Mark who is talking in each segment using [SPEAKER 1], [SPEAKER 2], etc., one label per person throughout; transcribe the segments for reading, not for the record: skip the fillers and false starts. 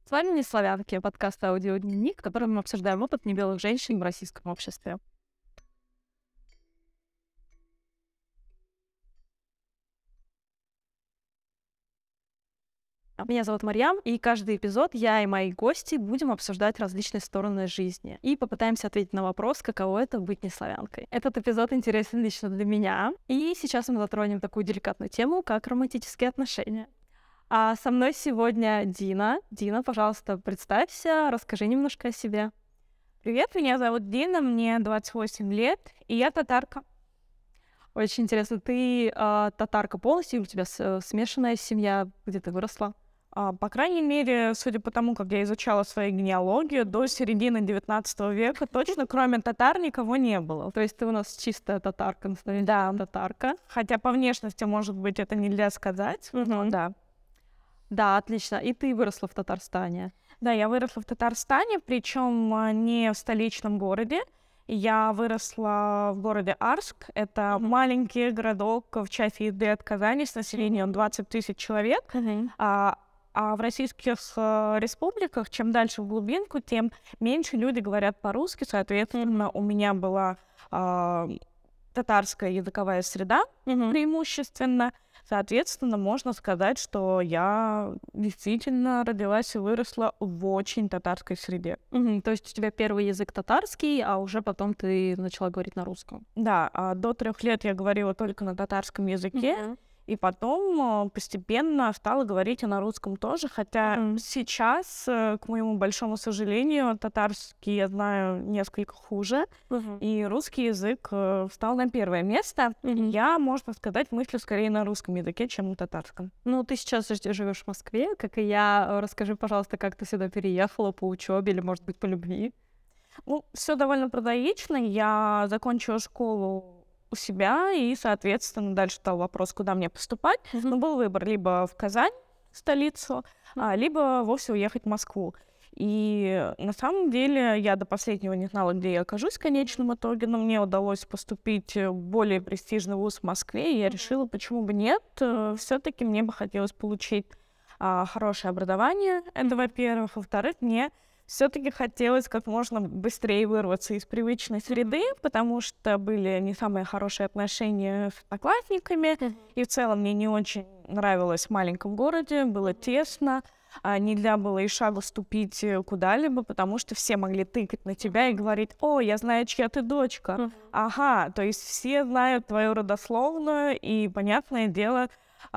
[SPEAKER 1] С вами «Не славянки», подкаст «Аудиодневник», в котором мы обсуждаем опыт небелых женщин в российском обществе. Меня зовут Марьям, и каждый эпизод я и мои гости будем обсуждать различные стороны жизни и попытаемся ответить на вопрос, каково это быть неславянкой. Этот эпизод интересен лично для меня, и сейчас мы затронем такую деликатную тему, как романтические отношения. А со мной сегодня Дина. Дина, пожалуйста, представься, расскажи немножко о себе.
[SPEAKER 2] Привет, меня зовут Дина, мне 28 лет, и я татарка.
[SPEAKER 1] Очень интересно, ты татарка полностью, или у тебя смешанная семья, где ты выросла?
[SPEAKER 2] По крайней мере, судя по тому, как я изучала свою генеалогию, до середины 19 века точно кроме татар никого не было.
[SPEAKER 1] То есть ты у нас чистая татарка, настоящая
[SPEAKER 2] Да.
[SPEAKER 1] татарка.
[SPEAKER 2] Хотя по внешности, может быть, это нельзя сказать, но да.
[SPEAKER 1] Да, отлично. И ты выросла в Татарстане.
[SPEAKER 2] Да, я выросла в Татарстане, причем не в столичном городе. Я выросла в городе Арск. Это маленький городок в часе езды от Казани с населением 20 тысяч человек. А в российских республиках, чем дальше в глубинку, тем меньше люди говорят по-русски. Соответственно, у меня была татарская языковая среда преимущественно. Соответственно, можно сказать, что я действительно родилась и выросла в очень татарской среде.
[SPEAKER 1] То есть у тебя первый язык татарский, а уже потом ты начала говорить на русском.
[SPEAKER 2] Да, до 3 лет я говорила только на татарском языке. И потом постепенно стала говорить и на русском тоже, хотя сейчас, к моему большому сожалению, татарский я знаю несколько хуже, и русский язык встал на первое место. Я, можно сказать, мыслю скорее на русском языке, чем на татарском.
[SPEAKER 1] Ну, ты сейчас живешь в Москве, как и я. Расскажи, пожалуйста, как ты сюда переехала по учебе или, может быть, по любви?
[SPEAKER 2] Ну, все довольно прозаично. Я закончила школу у себя, и, соответственно, дальше стал вопрос, куда мне поступать. Но был выбор либо в Казань, столицу, либо вовсе уехать в Москву. И на самом деле я до последнего не знала, где я окажусь в конечном итоге, но мне удалось поступить в более престижный вуз в Москве, и я решила, почему бы нет. Все-таки мне бы хотелось получить хорошее образование, это во-первых. Во-вторых, мне все-таки хотелось как можно быстрее вырваться из привычной среды, потому что были не самые хорошие отношения с одноклассниками, и в целом мне не очень нравилось в маленьком городе, было тесно, нельзя было и шагу ступить куда-либо, потому что все могли тыкать на тебя и говорить: «О, я знаю, чья ты дочка». Ага, то есть все знают твою родословную, и, понятное дело,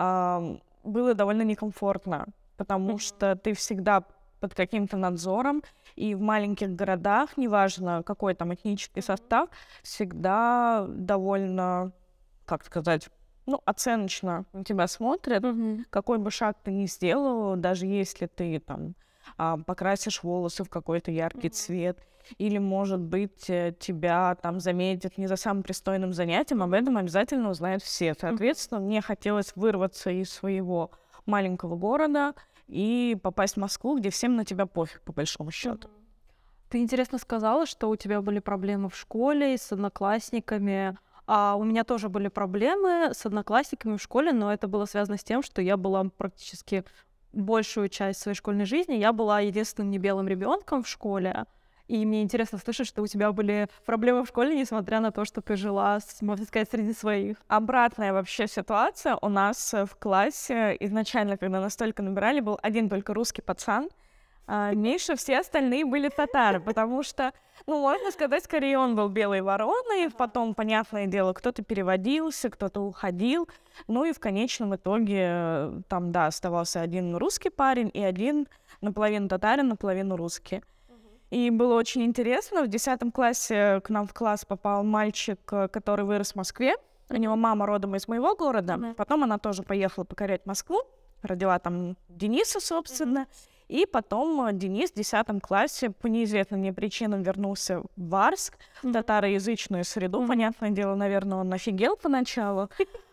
[SPEAKER 2] было довольно некомфортно, потому что ты всегда под каким-то надзором, и в маленьких городах, неважно, какой там этнический состав, всегда довольно, как сказать, оценочно на тебя смотрят, какой бы шаг ты ни сделал, даже если ты там покрасишь волосы в какой-то яркий цвет, или, может быть, тебя там заметят не за самым пристойным занятием, об этом обязательно узнают все. Соответственно, мне хотелось вырваться из своего маленького города и попасть в Москву, где всем на тебя пофиг, по большому счету.
[SPEAKER 1] Ты интересно сказала, что у тебя были проблемы в школе с одноклассниками. У меня тоже были проблемы с одноклассниками в школе, но это было связано с тем, что я была практически большую часть своей школьной жизни. Я была единственным небелым ребенком в школе. И мне интересно слышать, что у тебя были проблемы в школе, несмотря на то, что ты жила, можно сказать, среди своих.
[SPEAKER 2] Обратная вообще ситуация. У нас в классе изначально, когда нас только набирали, был один только русский пацан. Миша, все остальные были татары, потому что, можно сказать, скорее он был белой вороной. Потом, понятное дело, кто-то переводился, кто-то уходил. И в конечном итоге там, оставался один русский парень и один наполовину татарин, наполовину русский. И было очень интересно. В 10 классе к нам в класс попал мальчик, который вырос в Москве. У него мама родом из моего города. Потом она тоже поехала покорять Москву. Родила там Дениса, собственно. И потом Денис в 10 классе по неизвестным мне причинам вернулся в Арск, в татароязычную среду. Понятное дело, наверное, он офигел поначалу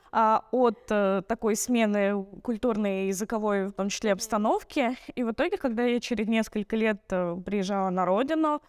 [SPEAKER 2] от такой смены культурной и языковой, в том числе, обстановки. И в итоге, когда я через несколько лет приезжала на родину,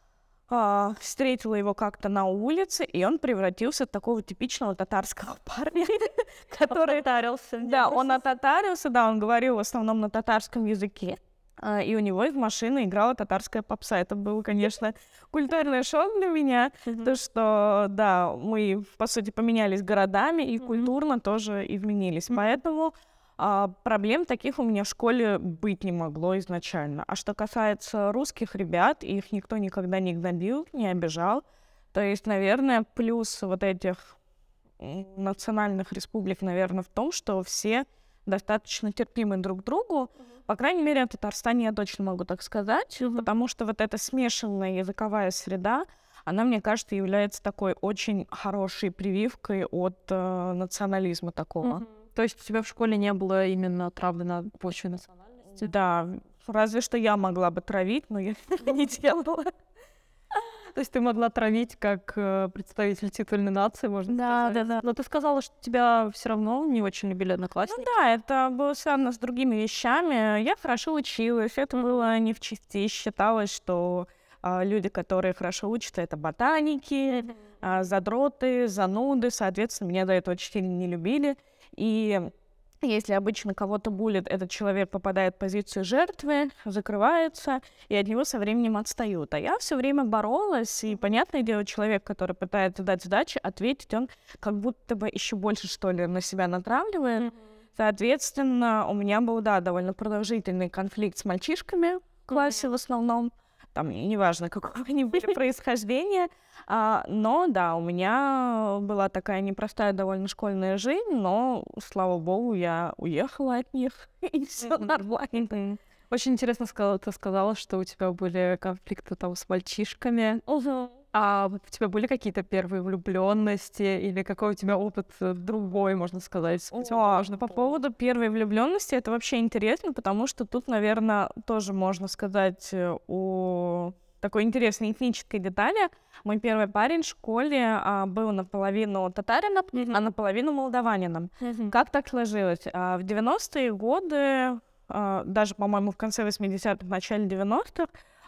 [SPEAKER 2] встретила его как-то на улице, и он превратился в такого типичного татарского парня, который...
[SPEAKER 1] Татарился.
[SPEAKER 2] Да, он отатарился, он говорил в основном на татарском языке. и у него из машины играла татарская попса. Это был, конечно, культурный шок для меня, то, что, да, мы, по сути, поменялись городами и культурно тоже изменились. Поэтому проблем таких у меня в школе быть не могло изначально. А что касается русских ребят, их никто никогда не гнобил, не обижал. То есть, наверное, плюс вот этих национальных республик, наверное, в том, что все достаточно терпимы друг к другу. По крайней мере, в Татарстане я точно могу так сказать, потому что вот эта смешанная языковая среда, она, мне кажется, является такой очень хорошей прививкой от национализма такого.
[SPEAKER 1] То есть у тебя в школе не было именно травли на почве национальности?
[SPEAKER 2] Да, разве что я могла бы травить, но я этого не делала.
[SPEAKER 1] То есть ты могла травить как представитель титульной нации, можно сказать.
[SPEAKER 2] Да.
[SPEAKER 1] Но ты сказала, что тебя все равно не очень любили
[SPEAKER 2] Ну
[SPEAKER 1] одноклассники.
[SPEAKER 2] да, это было связано с другими вещами. Я хорошо училась, это было не в чести. Считалось, что люди, которые хорошо учатся, это ботаники, задроты, зануды. Соответственно, меня до этого очень сильно не любили. И если обычно кого-то булит, этот человек попадает в позицию жертвы, закрывается, и от него со временем отстают. А я все время боролась, и, понятное дело, человек, который пытается дать сдачи, ответить, он как будто бы еще больше, что ли, на себя натравливает. Соответственно, у меня был, да, довольно продолжительный конфликт с мальчишками в классе в основном. Там неважно, какого они были происхождения. Но, да, у меня была такая непростая довольно школьная жизнь, но, слава богу, я уехала от них, и все нормально.
[SPEAKER 1] Очень интересно ты сказала, что у тебя были конфликты там с мальчишками. А вот у тебя были какие-то первые влюбленности или какой у тебя опыт другой, можно сказать, с
[SPEAKER 2] По поводу первой влюбленности это вообще интересно, потому что тут, наверное, тоже можно сказать о такой интересной этнической детали. Мой первый парень в школе был наполовину татарином, а наполовину молдаванином. Как так сложилось? В 90-е годы, даже, по-моему, в конце 80-х, начале 90-х,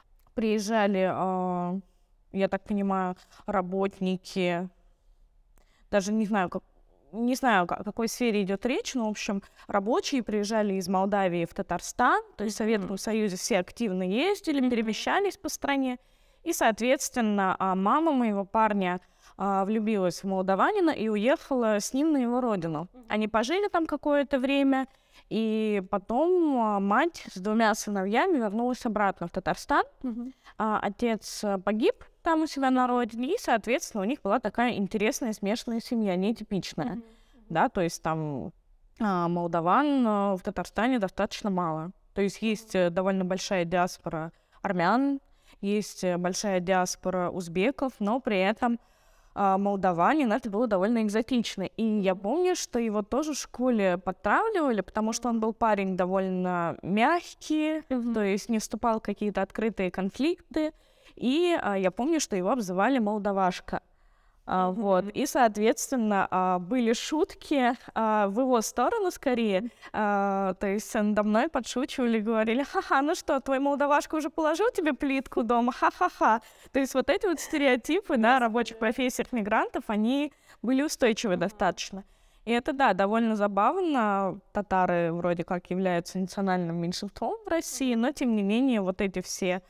[SPEAKER 2] приезжали, я так понимаю, работники, даже не знаю, о какой сфере идет речь, но, в общем, рабочие приезжали из Молдавии в Татарстан, то есть в Советском Союзе все активно ездили, перемещались по стране, и, соответственно, мама моего парня влюбилась в молдаванина и уехала с ним на его родину. Они пожили там какое-то время, и потом мать с 2 сыновьями вернулась обратно в Татарстан. Отец погиб там у себя на родине, и, соответственно, у них была такая интересная смешанная семья, нетипичная. Да, то есть там молдаван в Татарстане достаточно мало. То есть есть довольно большая диаспора армян, есть большая диаспора узбеков, но при этом молдаванин, это было довольно экзотично. И я помню, что его тоже в школе подтравливали, потому что он был парень довольно мягкий, то есть не вступал в какие-то открытые конфликты. И я помню, что его обзывали молдавашка. Вот. И, соответственно, были шутки в его сторону скорее. То есть надо мной подшучивали, говорили: ха-ха, ну что, твой молдавашка уже положил тебе плитку дома? Ха-ха-ха. То есть вот эти вот стереотипы, да, рабочих профессиях мигрантов, они были устойчивы достаточно. И это, да, довольно забавно. Татары вроде как являются национальным меньшинством в России, но, тем не менее, вот эти все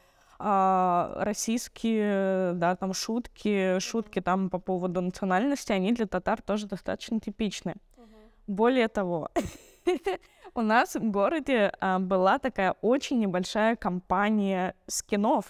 [SPEAKER 2] российские, да, там шутки там по поводу национальности, они для татар тоже достаточно типичны. Более того, у нас в городе была такая очень небольшая компания скинов.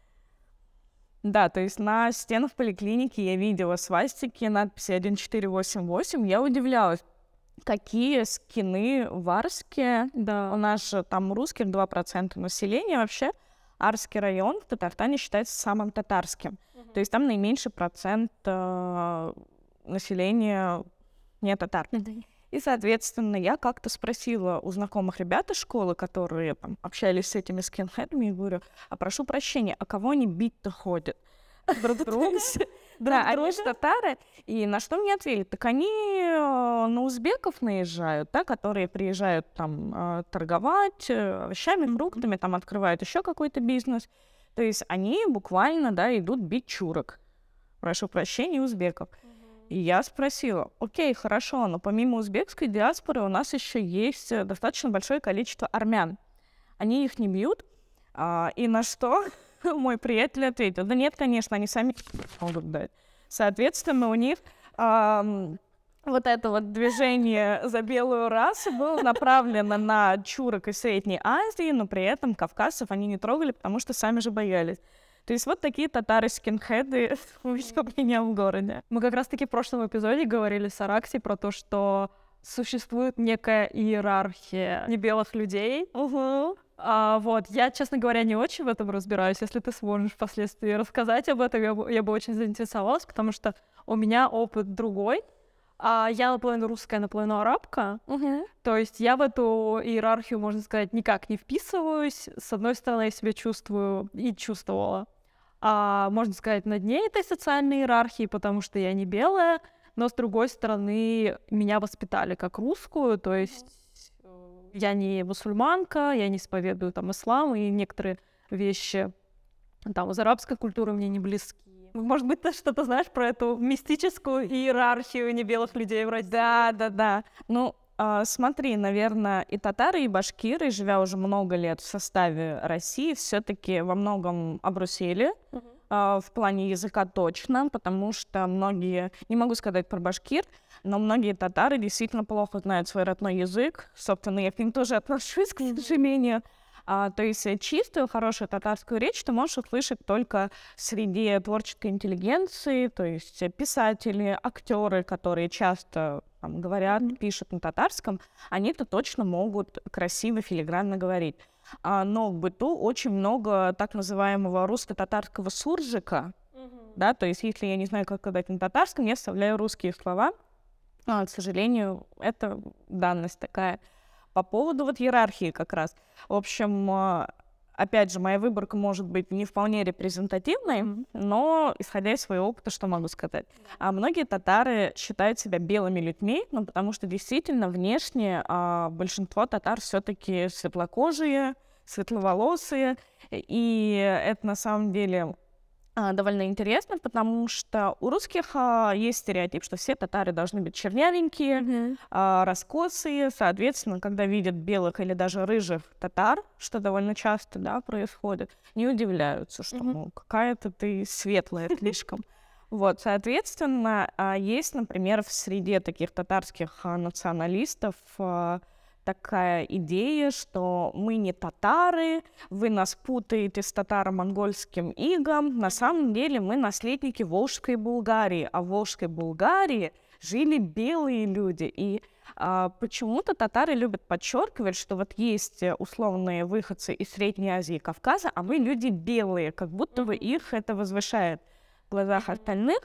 [SPEAKER 2] Да, то есть на стенах поликлиники я видела свастики, надписи 1488. Я удивлялась, какие скины в Арске.
[SPEAKER 1] Да.
[SPEAKER 2] У нас же там русских 2% населения вообще. Арский район в Татарстане считается самым татарским. То есть там наименьший процент населения не татар. И, соответственно, я как-то спросила у знакомых ребят из школы, которые там общались с этими скинхедами, и говорю: а прошу прощения, а кого они бить-то ходят? Друг друга. Да, они же татары. И на что мне ответили? Так они на узбеков наезжают, да, которые приезжают там торговать овощами, фруктами, там открывают еще какой-то бизнес. То есть они буквально, да, идут бить чурок. Прошу прощения, узбеков. И я спросила: окей, хорошо, но помимо узбекской диаспоры у нас еще есть достаточно большое количество армян. Они их не бьют, И на что мой приятель ответил: да нет, конечно, они сами могут дать. Соответственно, у них вот это вот движение за белую расу было направлено на чурок из Средней Азии, но при этом кавказцев они не трогали, потому что сами же боялись. То есть вот такие татары-скинхеды у меня в городе.
[SPEAKER 1] Мы как раз-таки в прошлом эпизоде говорили с Аракси про то, что существует некая иерархия небелых людей. Вот, я, честно говоря, не очень в этом разбираюсь. Если ты сможешь впоследствии рассказать об этом, я бы очень заинтересовалась, потому что у меня опыт другой. Я наполовину русская, наполовину арабка. То есть я в эту иерархию, можно сказать, никак не вписываюсь. С одной стороны, я себя чувствую и чувствовала, можно сказать, на дне этой социальной иерархии, потому что я не белая, но с другой стороны, меня воспитали как русскую, то есть я не мусульманка, я не исповедую там ислам, и некоторые вещи там из арабской культуры мне не близки. Может быть, ты что-то знаешь про эту мистическую иерархию небелых людей в России?
[SPEAKER 2] Да. Ну, смотри, наверное, и татары, и башкиры, живя уже много лет в составе России, все-таки во многом обрусели. В плане языка точно, потому что многие, не могу сказать про башкир, но многие татары действительно плохо знают свой родной язык. Собственно, я к ним тоже отношусь, к сожалению. То есть чистую, хорошую татарскую речь ты можешь услышать только среди творческой интеллигенции, то есть писатели, актеры, которые часто там говорят, пишут на татарском, они-то точно могут красиво, филигранно говорить. Но в быту очень много так называемого русско-татарского суржика, да, то есть если я не знаю, как сказать на татарском, я вставляю русские слова. К сожалению, это данность такая. По поводу вот иерархии как раз. В общем, опять же, моя выборка может быть не вполне репрезентативной, но, исходя из своего опыта, что могу сказать? Многие татары считают себя белыми людьми, потому что действительно внешне большинство татар все-таки светлокожие, светловолосые, и это на самом деле довольно интересно, потому что у русских есть стереотип, что все татары должны быть чернявенькие, раскосые. Соответственно, когда видят белых или даже рыжих татар, что довольно часто, да, происходит, не удивляются, что какая-то ты светлая слишком. Вот, соответственно, есть, например, в среде таких татарских националистов такая идея, что мы не татары, вы нас путаете с татаро-монгольским игом. На самом деле мы наследники Волжской Булгарии, а в Волжской Булгарии жили белые люди. И почему-то татары любят подчеркивать, что вот есть условные выходцы из Средней Азии и Кавказа, а мы люди белые, как будто бы их это возвышает в глазах остальных.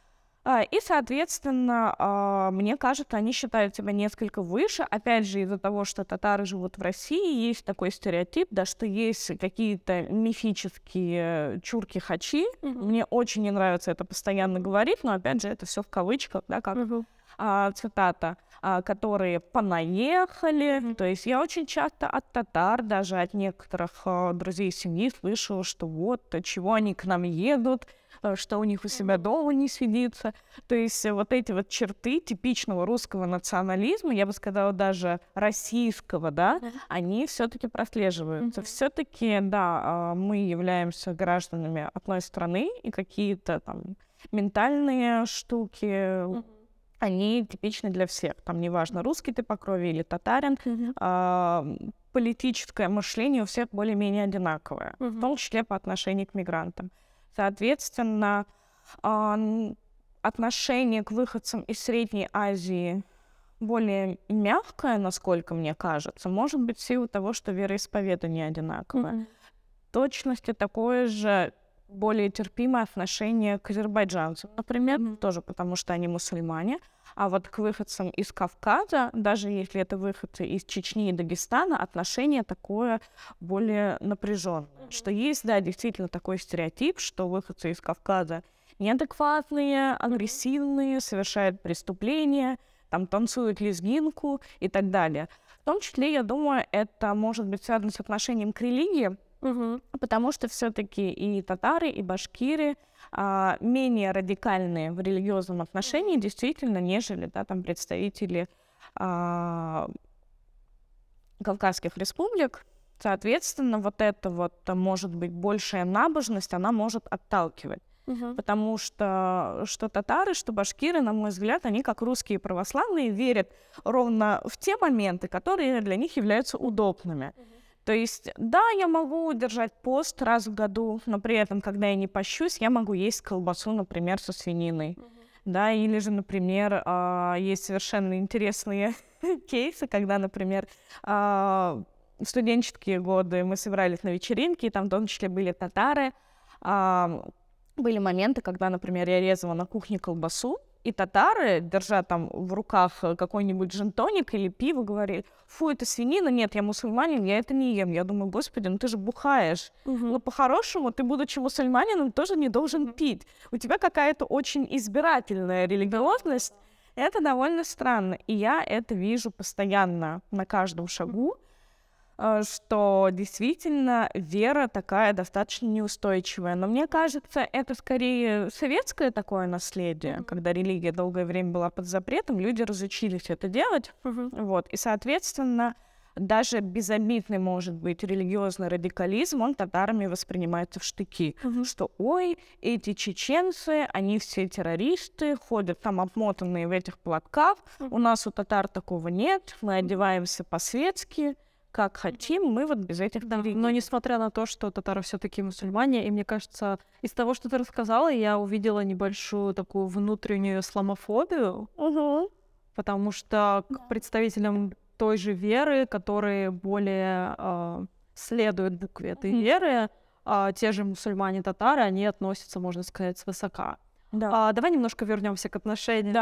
[SPEAKER 2] И, соответственно, мне кажется, они считают себя несколько выше. Опять же, из-за того, что татары живут в России, есть такой стереотип, да, что есть какие-то мифические чурки-хачи. Мне очень не нравится это постоянно говорить, но, опять же, это все в кавычках, да, как цитата, которые понаехали. То есть я очень часто от татар, даже от некоторых друзей семьи слышу, что вот, чего они к нам едут, что у них у себя дома не сидится. То есть вот эти вот черты типичного русского национализма, я бы сказала, даже российского, да, они все-таки прослеживаются. Все-таки, да, мы являемся гражданами одной страны, и какие-то там ментальные штуки, они типичны для всех. Там неважно, русский ты по крови или татарин, политическое мышление у всех более-менее одинаковое, в том числе по отношению к мигрантам. Соответственно, отношение к выходцам из Средней Азии более мягкое, насколько мне кажется, может быть в силу того, что вероисповедание одинаковое. В точности такое же более терпимое отношение к азербайджанцам, например, тоже потому что они мусульмане, а вот к выходцам из Кавказа, даже если это выходцы из Чечни и Дагестана, отношение такое более напряженное. Что есть, да, действительно такой стереотип, что выходцы из Кавказа неадекватные, агрессивные, совершают преступления, там танцуют лезгинку и так далее. В том числе, я думаю, это может быть связано с отношением к религии, потому что все-таки и татары, и башкиры менее радикальные в религиозном отношении, действительно, нежели, да, там представители Кавказских республик. Соответственно, вот эта вот, может быть, большая набожность, она может отталкивать. Потому что татары, что башкиры, на мой взгляд, они, как русские православные, верят ровно в те моменты, которые для них являются удобными. То есть, да, я могу держать пост раз в году, но при этом, когда я не пощусь, я могу есть колбасу, например, со свининой. Да, или же, например, есть совершенно интересные кейсы, когда, например, в студенческие годы мы собирались на вечеринки, и там в том числе были татары. Были моменты, когда, например, я резала на кухне колбасу, и татары, держа там в руках какой-нибудь джин-тоник или пиво, говорили: фу, это свинина, нет, я мусульманин, я это не ем. Я думаю, господи, ну ты же бухаешь. Но по-хорошему ты, будучи мусульманином, тоже не должен пить. У тебя какая-то очень избирательная религиозность. Это довольно странно. И я это вижу постоянно на каждом шагу, что действительно вера такая достаточно неустойчивая. Но мне кажется, это скорее советское такое наследие, когда религия долгое время была под запретом, люди разучились это делать. Вот. И, соответственно, даже безобидный, может быть, религиозный радикализм, он татарами воспринимается в штыки. Что, ой, эти чеченцы, они все террористы, ходят там обмотанные в этих платках. У нас у татар такого нет, мы одеваемся по-светски, как хотим, мы вот без этих религий.
[SPEAKER 1] Но несмотря на то, что татары все-таки мусульмане, и мне кажется, из того, что ты рассказала, я увидела небольшую такую внутреннюю исламофобию, потому что к представителям той же веры, которые более следуют букве этой веры, те же мусульмане-татары, они относятся, можно сказать, свысока. Давай немножко вернемся к отношениям.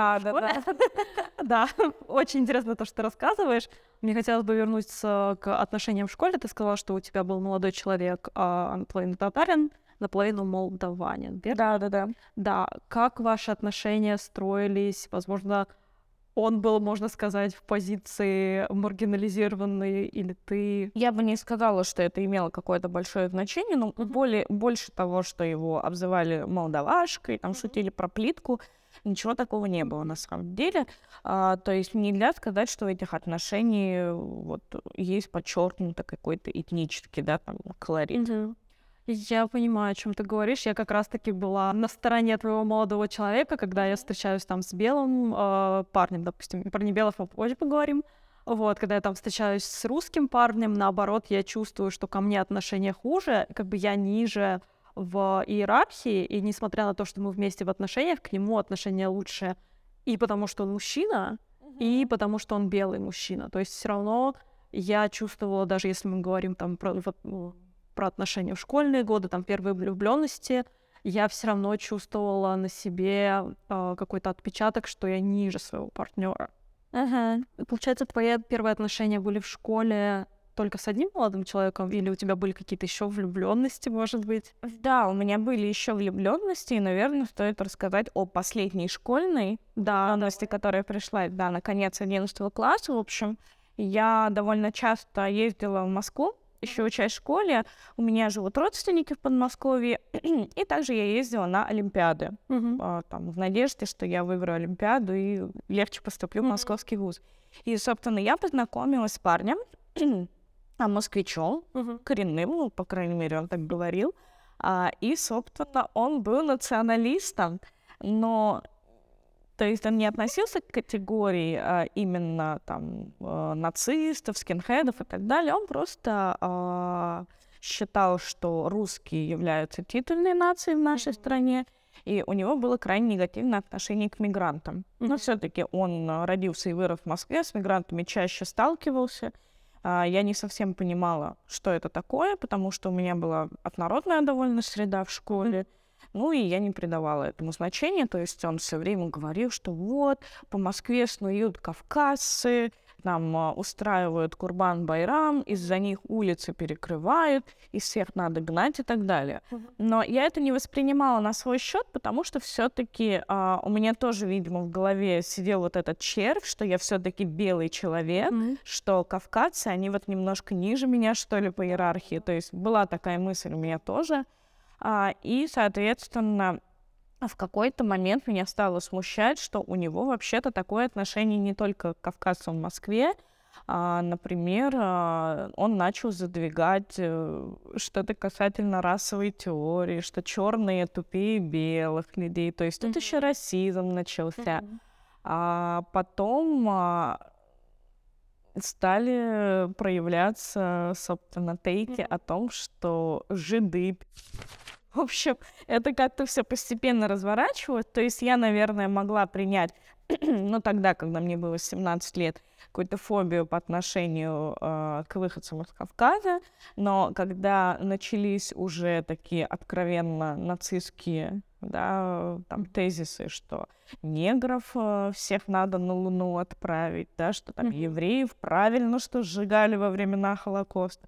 [SPEAKER 1] Да, очень интересно то, что ты рассказываешь. Мне хотелось бы вернуться к отношениям в школе. Ты сказала, что у тебя был молодой человек, наполовину татарин, наполовину молдаванин, верно? Да, как ваши отношения строились? Возможно, он был, можно сказать, в позиции маргинализированной, или ты...
[SPEAKER 2] Я бы не сказала, что это имело какое-то большое значение, но больше того, что его обзывали молдавашкой, там шутили про плитку, ничего такого не было на самом деле. То есть нельзя сказать, что в этих отношениях вот есть подчеркнуто какой-то этнический, да, там, колорит.
[SPEAKER 1] Я понимаю, о чем ты говоришь. Я как раз-таки была на стороне твоего молодого человека, когда я встречаюсь там с белым парнем, допустим, про небелых мы позже поговорим. Вот, когда я там встречаюсь с русским парнем, наоборот, я чувствую, что ко мне отношения хуже, как бы я ниже в иерархии, и несмотря на то, что мы вместе в отношениях, к нему отношения лучше и потому, что он мужчина, и потому, что он белый мужчина. То есть все равно я чувствовала, даже если мы говорим там про отношения в школьные годы, там первые влюбленности, я все равно чувствовала на себе какой-то отпечаток, что я ниже своего партнера. Получается, твои первые отношения были в школе только с одним молодым человеком, или у тебя были какие-то еще влюбленности, может быть?
[SPEAKER 2] Да, у меня были еще влюбленности, и, наверное, стоит рассказать о последней школьной влюбленности, которая пришла, на конец 11 класса. В общем, я довольно часто ездила в Москву, еще учась в школе. У меня живут родственники в Подмосковье, и также я ездила на олимпиады, там, в надежде, что я выиграю олимпиаду и легче поступлю в московский вуз. И, собственно, я познакомилась с парнем, москвичом, коренным, по крайней мере, он так говорил. И, собственно, он был националистом, но, то есть он не относился к категории именно там нацистов, скинхедов и так далее. Он просто считал, что русские являются титульной нацией в нашей стране, и у него было крайне негативное отношение к мигрантам. Но все-таки он родился и вырос в Москве, с мигрантами чаще сталкивался. Я не совсем понимала, что это такое, потому что у меня была однородная довольно среда в школе. Ну, и я не придавала этому значения. То есть он все время говорил, что вот, по Москве снуют кавказцы, там устраивают Курбан-Байрам, из-за них улицы перекрывают, из всех надо гнать и так далее. Но я это не воспринимала на свой счет, потому что все-таки у меня тоже, видимо, в голове сидел вот этот червь, что я все-таки белый человек, что кавказцы, они вот немножко ниже меня, что ли, по иерархии. То есть была такая мысль у меня тоже. И, соответственно, в какой-то момент меня стало смущать, что у него вообще-то такое отношение не только к кавказцам в Москве, Например, он начал задвигать что-то касательно расовой теории, что черные тупее белых людей. То есть тут еще расизм начался. А потом стали проявляться, собственно, тейки о том, что жиды. В общем, это как-то все постепенно разворачивалось. То есть я, наверное, могла принять, ну, тогда, когда мне было 17 лет, какую-то фобию по отношению к выходцам из Кавказа. Но когда начались уже такие откровенно нацистские, да, там тезисы, что негров всех надо на Луну отправить, да, что там евреев правильно, что сжигали во времена Холокоста.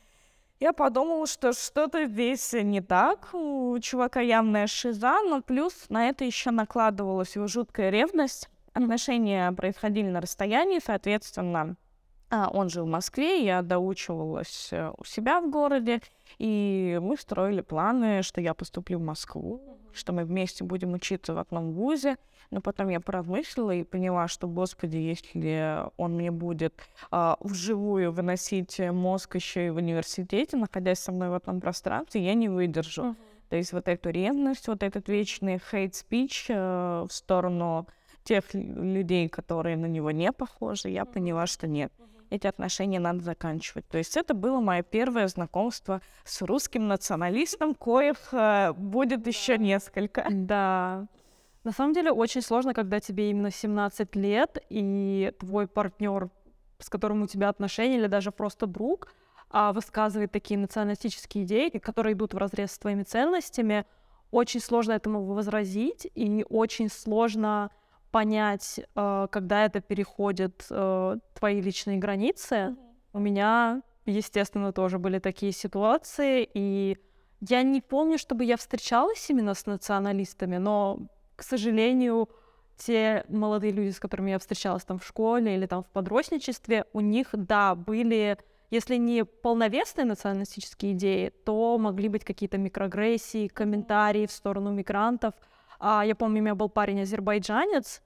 [SPEAKER 2] Я подумала, что что-то здесь не так, у чувака явная шиза, но плюс на это еще накладывалась его жуткая ревность. Отношения происходили на расстоянии, соответственно, он жил в Москве, я доучивалась у себя в городе, и мы строили планы, что я поступлю в Москву, что мы вместе будем учиться в одном вузе. Но потом я поразмыслила и поняла, что, господи, если он мне будет вживую выносить мозг еще и в университете, находясь со мной в одном пространстве, я не выдержу. То есть вот эту ревность, вот этот вечный hate-speech в сторону тех людей, которые на него не похожи, я поняла, что нет. Эти отношения надо заканчивать. То есть это было мое первое знакомство с русским националистом, коих будет еще несколько.
[SPEAKER 1] Да. На самом деле очень сложно, когда тебе именно 17 лет, и твой партнер, с которым у тебя отношения, или даже просто друг, высказывает такие националистические идеи, которые идут вразрез с твоими ценностями. Очень сложно этому возразить, и очень сложно понять, когда это переходит твои личные границы. У меня, естественно, тоже были такие ситуации, и я не помню, чтобы я встречалась именно с националистами, но, к сожалению, те молодые люди, с которыми я встречалась там в школе или там в подростничестве, у них, да, были, если не полновесные националистические идеи, то могли быть какие-то микроагрессии, комментарии в сторону мигрантов. Я помню, у меня был парень азербайджанец,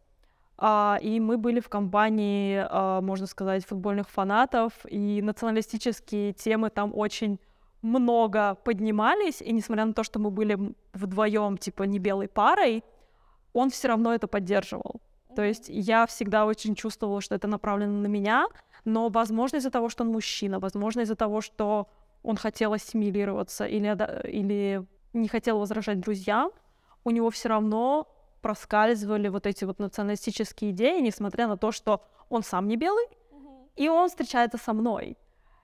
[SPEAKER 1] и мы были в компании, можно сказать, футбольных фанатов, и националистические темы там очень много поднимались, и несмотря на то, что мы были вдвоем, типа, не белой парой, он все равно это поддерживал. То есть я всегда очень чувствовала, что это направлено на меня, но, возможно, из-за того, что он мужчина, возможно, из-за того, что он хотел ассимилироваться или не хотел возражать друзьям, у него все равно проскальзывали вот эти вот националистические идеи, несмотря на то, что он сам не белый, и он встречается со мной.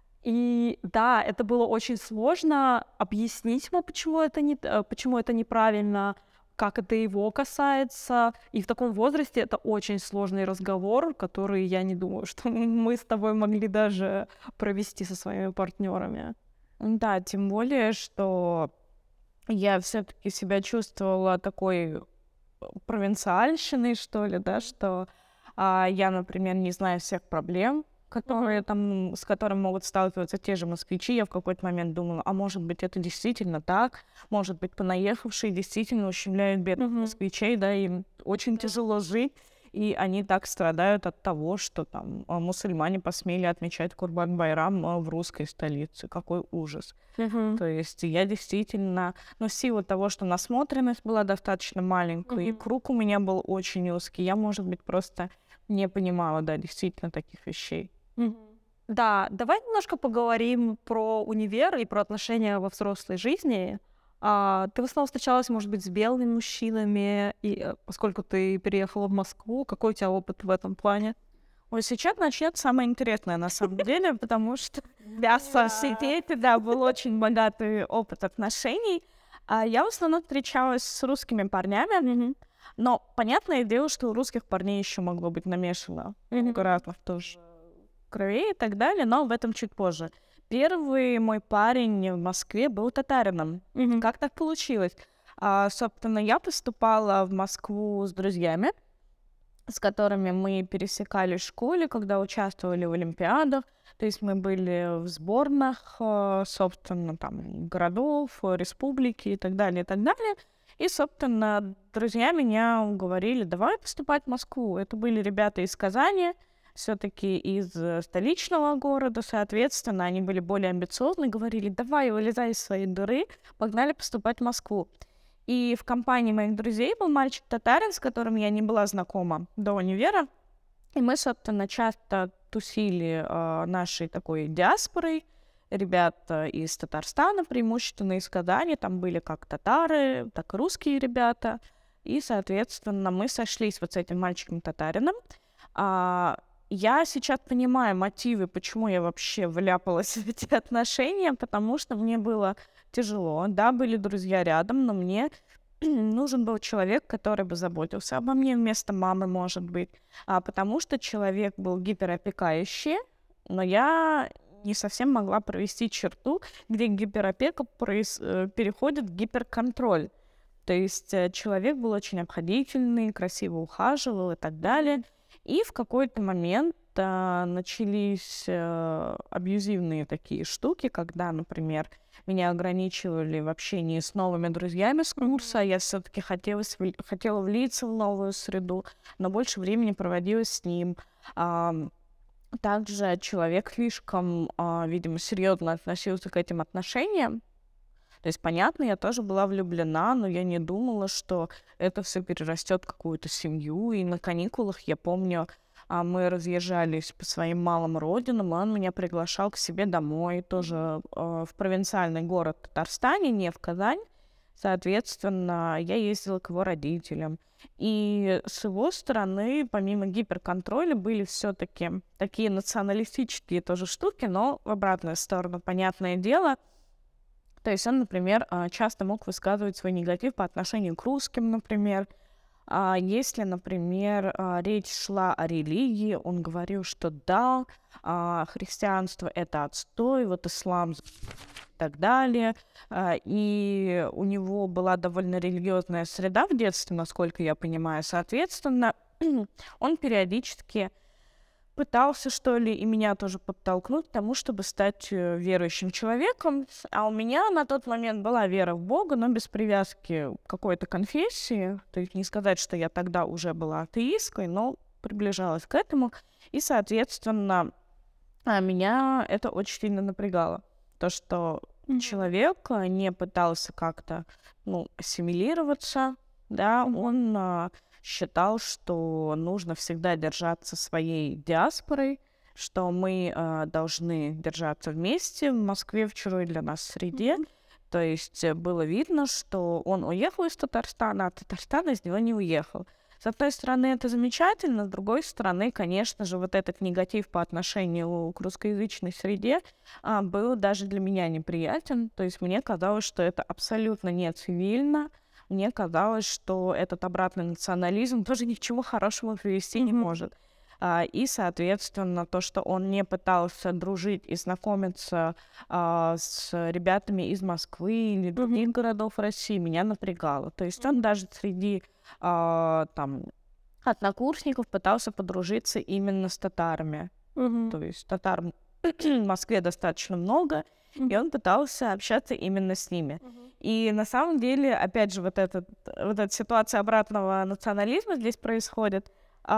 [SPEAKER 1] И да, это было очень сложно объяснить ему, почему это неправильно, как это его касается. И в таком возрасте это очень сложный разговор, который я не думаю, что мы с тобой могли даже провести со своими партнерами.
[SPEAKER 2] Да, тем более, что я все-таки себя чувствовала такой провинциальщиной, что ли, да, что я, например, не знаю всех проблем, которые там, с которыми могут сталкиваться те же москвичи. Я в какой-то момент думала, а может быть, это действительно так, может быть, понаехавшие действительно ущемляют бедных москвичей, да, им очень тяжело жить, и они так страдают от того, что там мусульмане посмели отмечать Курбан-байрам в русской столице. Какой ужас. То есть я действительно, в силу того, что насмотренность была достаточно маленькой, и круг у меня был очень узкий, я, может быть, просто не понимала, да, действительно таких вещей.
[SPEAKER 1] Да, давай немножко поговорим про универ и про отношения во взрослой жизни. Ты в основном встречалась, может быть, с белыми мужчинами, и поскольку ты переехала в Москву, какой у тебя опыт в этом плане?
[SPEAKER 2] Ой, сейчас начнется самое интересное, на самом деле, потому что в университете, да, был очень богатый опыт отношений. Я в основном встречалась с русскими парнями, но понятное дело, что у русских парней еще могло быть намешано разных тоже кровей и так далее, но об этом чуть позже. Первый мой парень в Москве был татарином. Как так получилось? Собственно, я поступала в Москву с друзьями, с которыми мы пересекались в школе, когда участвовали в олимпиадах. То есть мы были в сборных, собственно, там, городов, республики и так далее, и так далее. И, собственно, друзья меня уговорили, давай поступать в Москву. Это были ребята из Казани, все-таки из столичного города, соответственно, они были более амбициозны, говорили: давай, вылезай из своей дыры, погнали поступать в Москву. И в компании моих друзей был мальчик-татарин, с которым я не была знакома до универа. И мы, собственно, часто тусили нашей такой диаспорой. Ребята из Татарстана, преимущественно из Казани. Там были как татары, так и русские ребята. И, соответственно, мы сошлись вот с этим мальчиком-татарином. Я сейчас понимаю мотивы, почему я вообще вляпалась в эти отношения, потому что мне было тяжело. Да, были друзья рядом, но мне нужен был человек, который бы заботился обо мне вместо мамы, может быть. Потому что человек был гиперопекающий, но я не совсем могла провести черту, где гиперопека переходит в гиперконтроль. То есть человек был очень обходительный, красиво ухаживал и так далее. И в какой-то момент начались абьюзивные такие штуки, когда, например, меня ограничивали в общении с новыми друзьями с курса. Я все-таки хотела влиться в новую среду, но больше времени проводила с ним. Также человек слишком, видимо, серьезно относился к этим отношениям. То есть, понятно, я тоже была влюблена, но я не думала, что это все перерастет в какую-то семью. И на каникулах, я помню, мы разъезжались по своим малым родинам, и он меня приглашал к себе домой, тоже в провинциальный город в Татарстане, не в Казань. Соответственно, я ездила к его родителям. И с его стороны, помимо гиперконтроля, были все-таки такие националистические тоже штуки, но в обратную сторону, понятное дело. То есть он, например, часто мог высказывать свой негатив по отношению к русским, например. Если, например, речь шла о религии, он говорил, что да, христианство — это отстой, вот ислам и так далее. И у него была довольно религиозная среда в детстве, насколько я понимаю. Соответственно, он периодически пытался, что ли, и меня тоже подтолкнуть к тому, чтобы стать верующим человеком. А у меня на тот момент была вера в Бога, но без привязки к какой-то конфессии. То есть не сказать, что я тогда уже была атеисткой, но приближалась к этому. И, соответственно, меня это очень сильно напрягало. То, что человек не пытался как-то, ассимилироваться, да, он считал, что нужно всегда держаться своей диаспорой, что мы должны держаться вместе в Москве, в чужой для нас среде. То есть было видно, что он уехал из Татарстана, а Татарстан из него не уехал. С одной стороны, это замечательно, с другой стороны, конечно же, вот этот негатив по отношению к русскоязычной среде был даже для меня неприятен. То есть мне казалось, что это абсолютно не цивильно. Мне казалось, что этот обратный национализм тоже ни к чему хорошему привести не может. И, соответственно, то, что он не пытался дружить и знакомиться с ребятами из Москвы или других городов России, меня напрягало. То есть он даже среди однокурсников пытался подружиться именно с татарами. То есть татар в Москве достаточно много, и он пытался общаться именно с ними. И на самом деле, опять же, вот эта ситуация обратного национализма здесь происходит,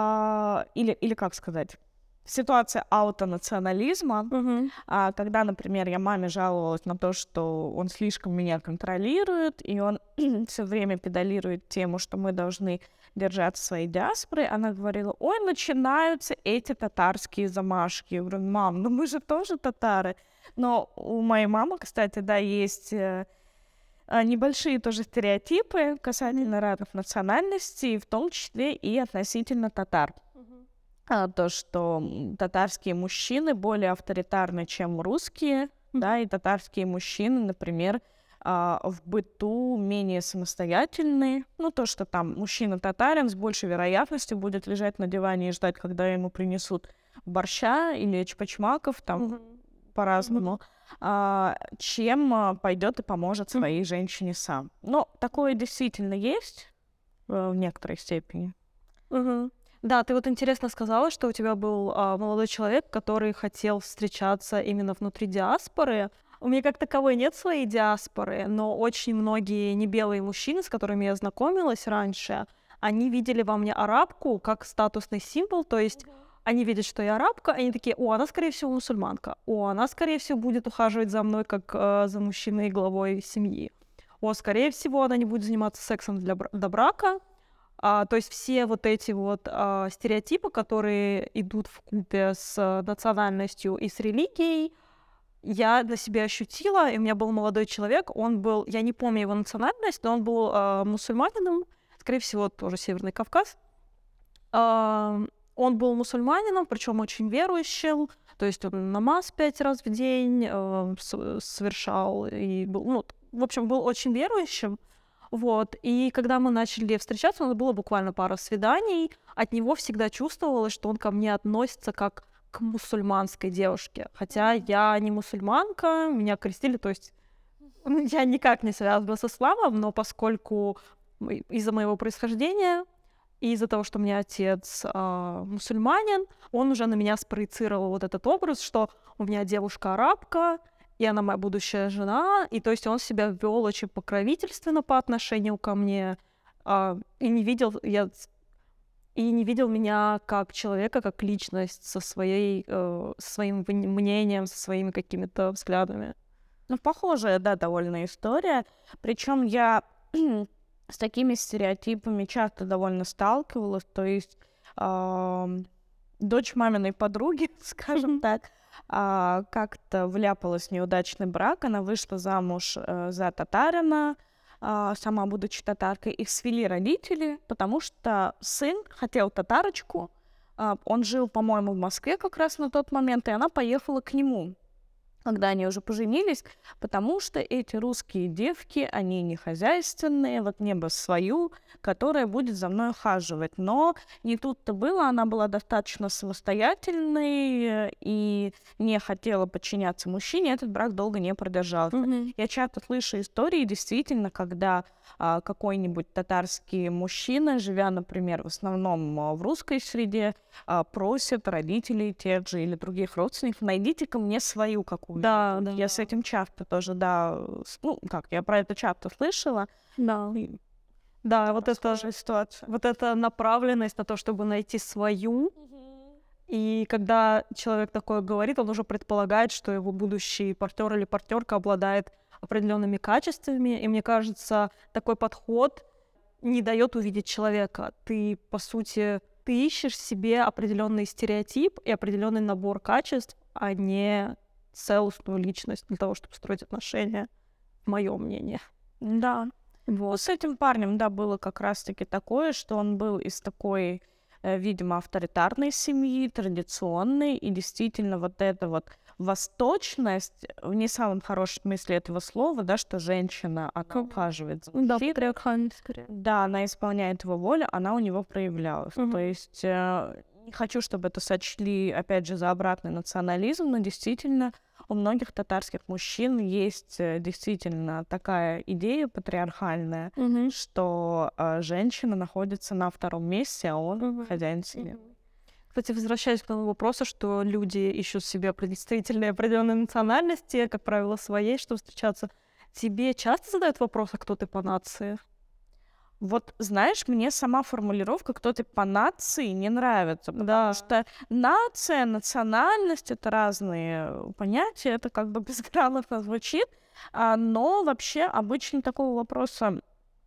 [SPEAKER 2] или как сказать, ситуация аутонационализма, когда, например, я маме жаловалась на то, что он слишком меня контролирует, и он все время педалирует тему, что мы должны держаться своей диаспоры. Она говорила: ой, начинаются эти татарские замашки. Я говорю: мам, мы же тоже татары. Но у моей мамы, кстати, да, есть небольшие тоже стереотипы касательно разных национальностей, в том числе и относительно татар. То, что татарские мужчины более авторитарны, чем русские, да, и татарские мужчины, например, в быту менее самостоятельные. То, что там мужчина-татарин с большей вероятностью будет лежать на диване и ждать, когда ему принесут борща или чпачмаков, там по-разному, чем пойдет и поможет своей женщине сам. Но такое действительно есть в некоторой степени.
[SPEAKER 1] Да, ты вот интересно сказала, что у тебя был молодой человек, который хотел встречаться именно внутри диаспоры. У меня как таковой нет своей диаспоры, но очень многие небелые мужчины, с которыми я знакомилась раньше, они видели во мне арабку как статусный символ, то есть они видят, что я арабка, они такие: о, она, скорее всего, мусульманка, о, она, скорее всего, будет ухаживать за мной, как за мужчиной и главой семьи, о, скорее всего, она не будет заниматься сексом до брака. То есть все вот эти вот стереотипы, которые идут вкупе с национальностью и с религией, я на себе ощутила, и у меня был молодой человек, он был, я не помню его национальность, но он был мусульманином, скорее всего, тоже Северный Кавказ. Он был мусульманином, причем очень верующим, то есть он намаз 5 раз в день совершал, и был, ну, в общем, был очень верующим. Вот. И когда мы начали встречаться, у нас было буквально пара свиданий, от него всегда чувствовалось, что он ко мне относится как к мусульманской девушке. Хотя я не мусульманка, меня крестили, то есть я никак не связана с исламом, но поскольку из-за моего происхождения и из-за того, что у меня отец мусульманин, он уже на меня спроецировал вот этот образ, что у меня девушка-арабка, и она моя будущая жена, и то есть он себя вел очень покровительственно по отношению ко мне, и не видел меня как человека, как личность со своим мнением, со своими какими-то взглядами.
[SPEAKER 2] Ну, похожая, да, довольно история. Причем я с такими стереотипами часто довольно сталкивалась. То есть дочь маминой подруги, скажем так, как-то вляпалась в неудачный брак. Она вышла замуж за татарина, сама будучи татаркой. Их свели родители, потому что сын хотел татарочку. Он жил, по-моему, в Москве как раз на тот момент, и она поехала к нему, когда они уже поженились, потому что эти русские девки, они не хозяйственные, вот мне бы свою, которая будет за мной ухаживать. Но не тут-то было, она была достаточно самостоятельной и не хотела подчиняться мужчине, этот брак долго не продержался. Я часто слышу истории, действительно, когда какой-нибудь татарский мужчина, живя, например, в основном в русской среде, просит родителей тех же или других родственников: найдите-ка мне свою какую-то.
[SPEAKER 1] Да.
[SPEAKER 2] Я с этим часто тоже, я про это часто слышала.
[SPEAKER 1] Да, вот это
[SPEAKER 2] ситуация.
[SPEAKER 1] Вот эта направленность на то, чтобы найти свою. И когда человек такое говорит, он уже предполагает, что его будущий партнер или партнерка обладает определенными качествами. И мне кажется, такой подход не дает увидеть человека. Ты, по сути, ты ищешь себе определенный стереотип и определенный набор качеств, а не целостную личность для того, чтобы строить отношения, мое мнение.
[SPEAKER 2] Да.
[SPEAKER 1] Вот.
[SPEAKER 2] С этим парнем, да, было как раз-таки такое, что он был из такой, видимо, авторитарной семьи, традиционной, и действительно вот эта вот восточность, в не самом хорошем смысле этого слова, да, что женщина, она ухаживает за
[SPEAKER 1] Да,
[SPEAKER 2] мужчиной.
[SPEAKER 1] патриархальность скорее.
[SPEAKER 2] Да, она исполняет его волю, она у него проявлялась. То есть не хочу, чтобы это сочли, опять же, за обратный национализм, но действительно у многих татарских мужчин есть действительно такая идея патриархальная, что женщина находится на втором месте, а он хозяин семьи.
[SPEAKER 1] Кстати, возвращаясь к тому вопросу, что люди ищут себе представителей определенной национальности, как правило, своей, чтобы встречаться. Тебе часто задают вопрос, а кто ты по нации?
[SPEAKER 2] Вот, знаешь, мне сама формулировка «кто ты по нации» не нравится, потому
[SPEAKER 1] Да.
[SPEAKER 2] что нация, национальность — это разные понятия, это как бы безграмотно звучит, но вообще обычно такого вопроса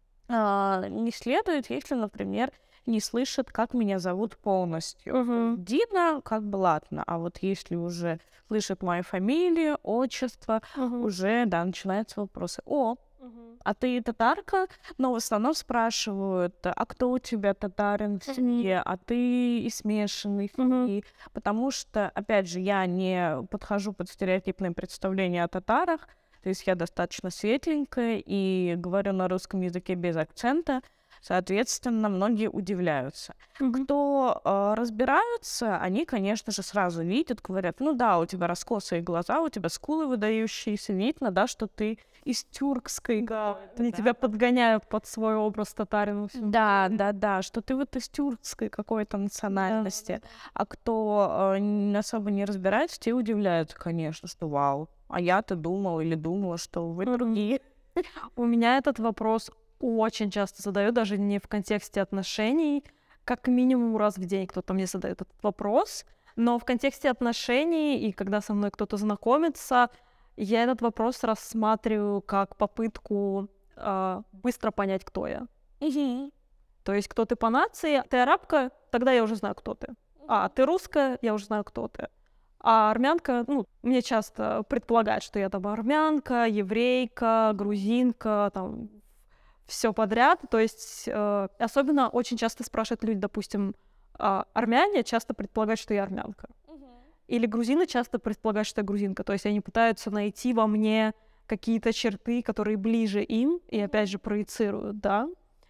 [SPEAKER 2] не следует, если, например, не слышат, как меня зовут полностью. Дина, как бы ладно, а вот если уже слышат мою фамилию, отчество, уже, да, начинаются вопросы. А ты татарка? Но в основном спрашивают: а кто у тебя татарин в семье? А ты из смешанной семьи? Потому что, опять же, я не подхожу под стереотипные представления о татарах, то есть я достаточно светленькая и говорю на русском языке без акцента. Соответственно, многие удивляются. Кто разбираются, они, конечно же, сразу видят, говорят: ну да, у тебя раскосые глаза, у тебя скулы выдающиеся, видно, да, что ты из тюркской.
[SPEAKER 1] Да, они тебя подгоняют под свой образ татарина.
[SPEAKER 2] Да, что ты вот из тюркской какой-то национальности. А кто особо не разбирается, те удивляются, конечно, что вау, а я-то думала или думала, что вы другие.
[SPEAKER 1] У меня этот вопрос очень часто задают, даже не в контексте отношений. как минимум раз в день кто-то мне задает этот вопрос, но в контексте отношений и когда со мной кто-то знакомится, я этот вопрос рассматриваю как попытку быстро понять, кто я. То есть, кто ты по нации, ты арабка, тогда я уже знаю, кто ты. А ты русская, я уже знаю, кто ты. А армянка, мне часто предполагают, что я там армянка, еврейка, грузинка, там все подряд. То есть, особенно очень часто спрашивают люди, допустим, армяне часто предполагают, что я армянка. Или грузины часто предполагают, что я грузинка. То есть они пытаются найти во мне какие-то черты, которые ближе им, и опять же проецируют, да.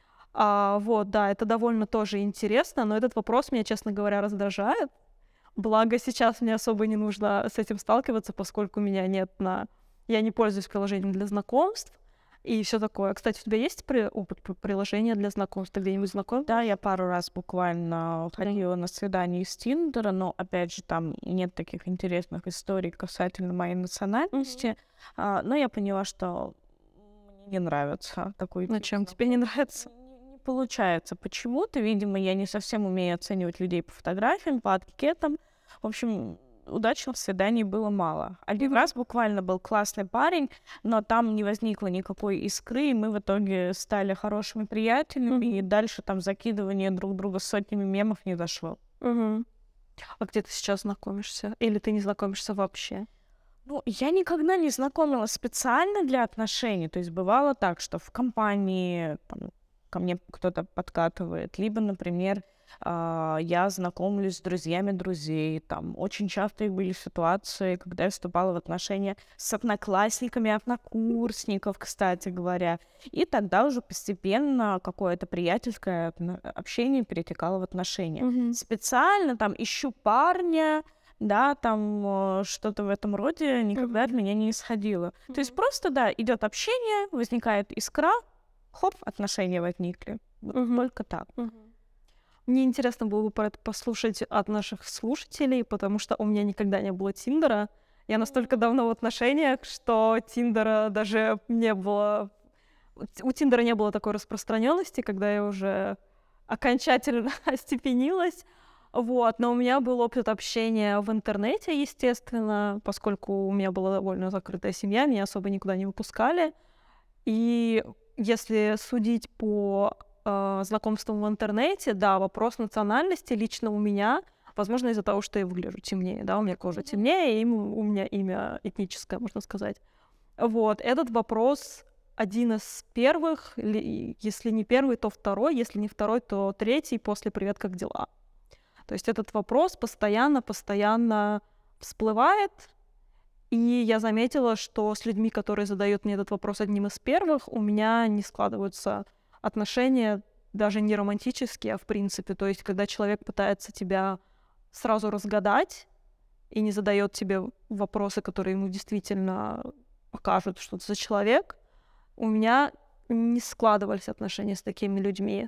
[SPEAKER 1] Это довольно тоже интересно, но этот вопрос меня, честно говоря, раздражает. Благо, сейчас мне особо не нужно с этим сталкиваться, поскольку у меня я не пользуюсь приложением для знакомств и все такое. Кстати, у тебя есть опыт приложения для знакомств? Ты где-нибудь знаком?
[SPEAKER 2] Да, я пару раз буквально ходила на свидание из Тиндера, но, опять же, там нет таких интересных историй касательно моей национальности. Но я поняла, что мне не нравится такой
[SPEAKER 1] На
[SPEAKER 2] тип
[SPEAKER 1] чем тебе не нравится?
[SPEAKER 2] Не получается. Почему-то, видимо, я не совсем умею оценивать людей по фотографиям, по анкетам. В общем, удачных свиданий было мало. Один раз буквально был классный парень, но там не возникло никакой искры, и мы в итоге стали хорошими приятелями, и дальше там закидывание друг друга сотнями мемов не дошло.
[SPEAKER 1] А где ты сейчас знакомишься? Или ты не знакомишься вообще?
[SPEAKER 2] Я никогда не знакомилась специально для отношений. То есть бывало так, что в компании там, ко мне кто-то подкатывает, либо, например, я знакомлюсь с друзьями друзей. Там очень часто были ситуации, когда я вступала в отношения с одноклассниками, однокурсников, кстати говоря. И тогда уже постепенно какое-то приятельское общение перетекало в отношения. Специально там ищу парня, да, там что-то в этом роде никогда от меня не исходило. То есть просто, да, идет общение, возникает искра, хоп, отношения возникли. Только так.
[SPEAKER 1] Мне интересно было бы про это послушать от наших слушателей, потому что у меня никогда не было Тиндера. Я настолько давно в отношениях, что Тиндера даже не было... У Тиндера не было такой распространенности, когда я уже окончательно остепенилась. Но у меня был опыт общения в интернете, естественно, поскольку у меня была довольно закрытая семья, меня особо никуда не выпускали. И если судить по знакомствам в интернете, да, вопрос национальности лично у меня, возможно, из-за того, что я выгляжу темнее, да, у меня кожа темнее, и у меня имя этническое, можно сказать. Этот вопрос один из первых, если не первый, то второй, если не второй, то третий после «Привет, как дела?». То есть этот вопрос постоянно всплывает, и я заметила, что с людьми, которые задают мне этот вопрос одним из первых, у меня не складываются отношения даже не романтические, а в принципе. То есть когда человек пытается тебя сразу разгадать и не задает тебе вопросы, которые ему действительно покажут, что ты за человек, у меня не складывались отношения с такими людьми.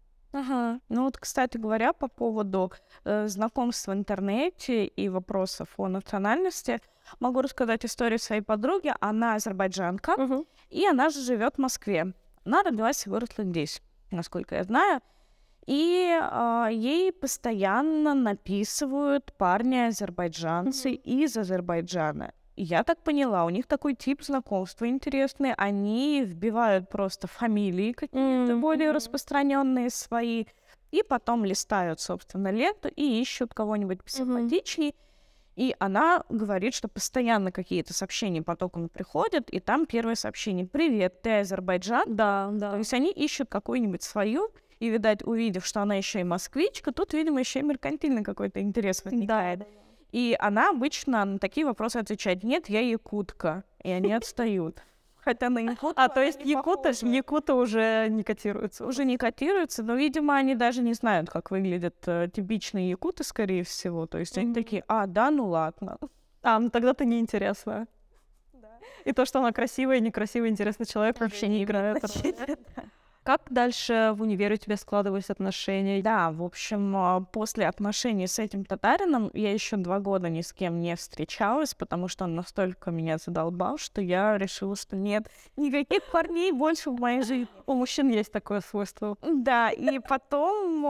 [SPEAKER 2] Кстати говоря, по поводу знакомств в интернете и вопросов о национальности, могу рассказать историю своей подруги. Она азербайджанка, и она же живет в Москве. Она родилась и выросла здесь, насколько я знаю. И ей постоянно написывают парни-азербайджанцы из Азербайджана. И я так поняла, у них такой тип знакомства интересный. Они вбивают просто фамилии какие-то более распространенные свои, и потом листают, собственно, ленту и ищут кого-нибудь посимпатичней. И она говорит, что постоянно какие-то сообщения потоком приходят, и там первое сообщение: «Привет, ты Азербайджан?»
[SPEAKER 1] Да.
[SPEAKER 2] То есть они ищут какую-нибудь свою, и, видать, увидев, что она еще и москвичка, тут, видимо, еще и меркантильный какой-то интерес возникает.
[SPEAKER 1] Да.
[SPEAKER 2] И она обычно на такие вопросы отвечает: «Нет, я якутка». И они отстают. Хотя на якутку...
[SPEAKER 1] То есть якуты уже не котируются?
[SPEAKER 2] Уже не котируются, но, видимо, они даже не знают, как выглядят типичные якуты, скорее всего. То есть они такие: ну ладно.
[SPEAKER 1] Тогда ты неинтересна. Да. И то, что она красивая и некрасивый, интересный человек, вообще не играет роли. Как дальше в универе у тебя складывались отношения?
[SPEAKER 2] Да, в общем, после отношений с этим татарином я еще 2 года ни с кем не встречалась, потому что он настолько меня задолбал, что я решила, что нет, никаких парней больше в моей жизни.
[SPEAKER 1] У мужчин есть такое свойство.
[SPEAKER 2] Да, и потом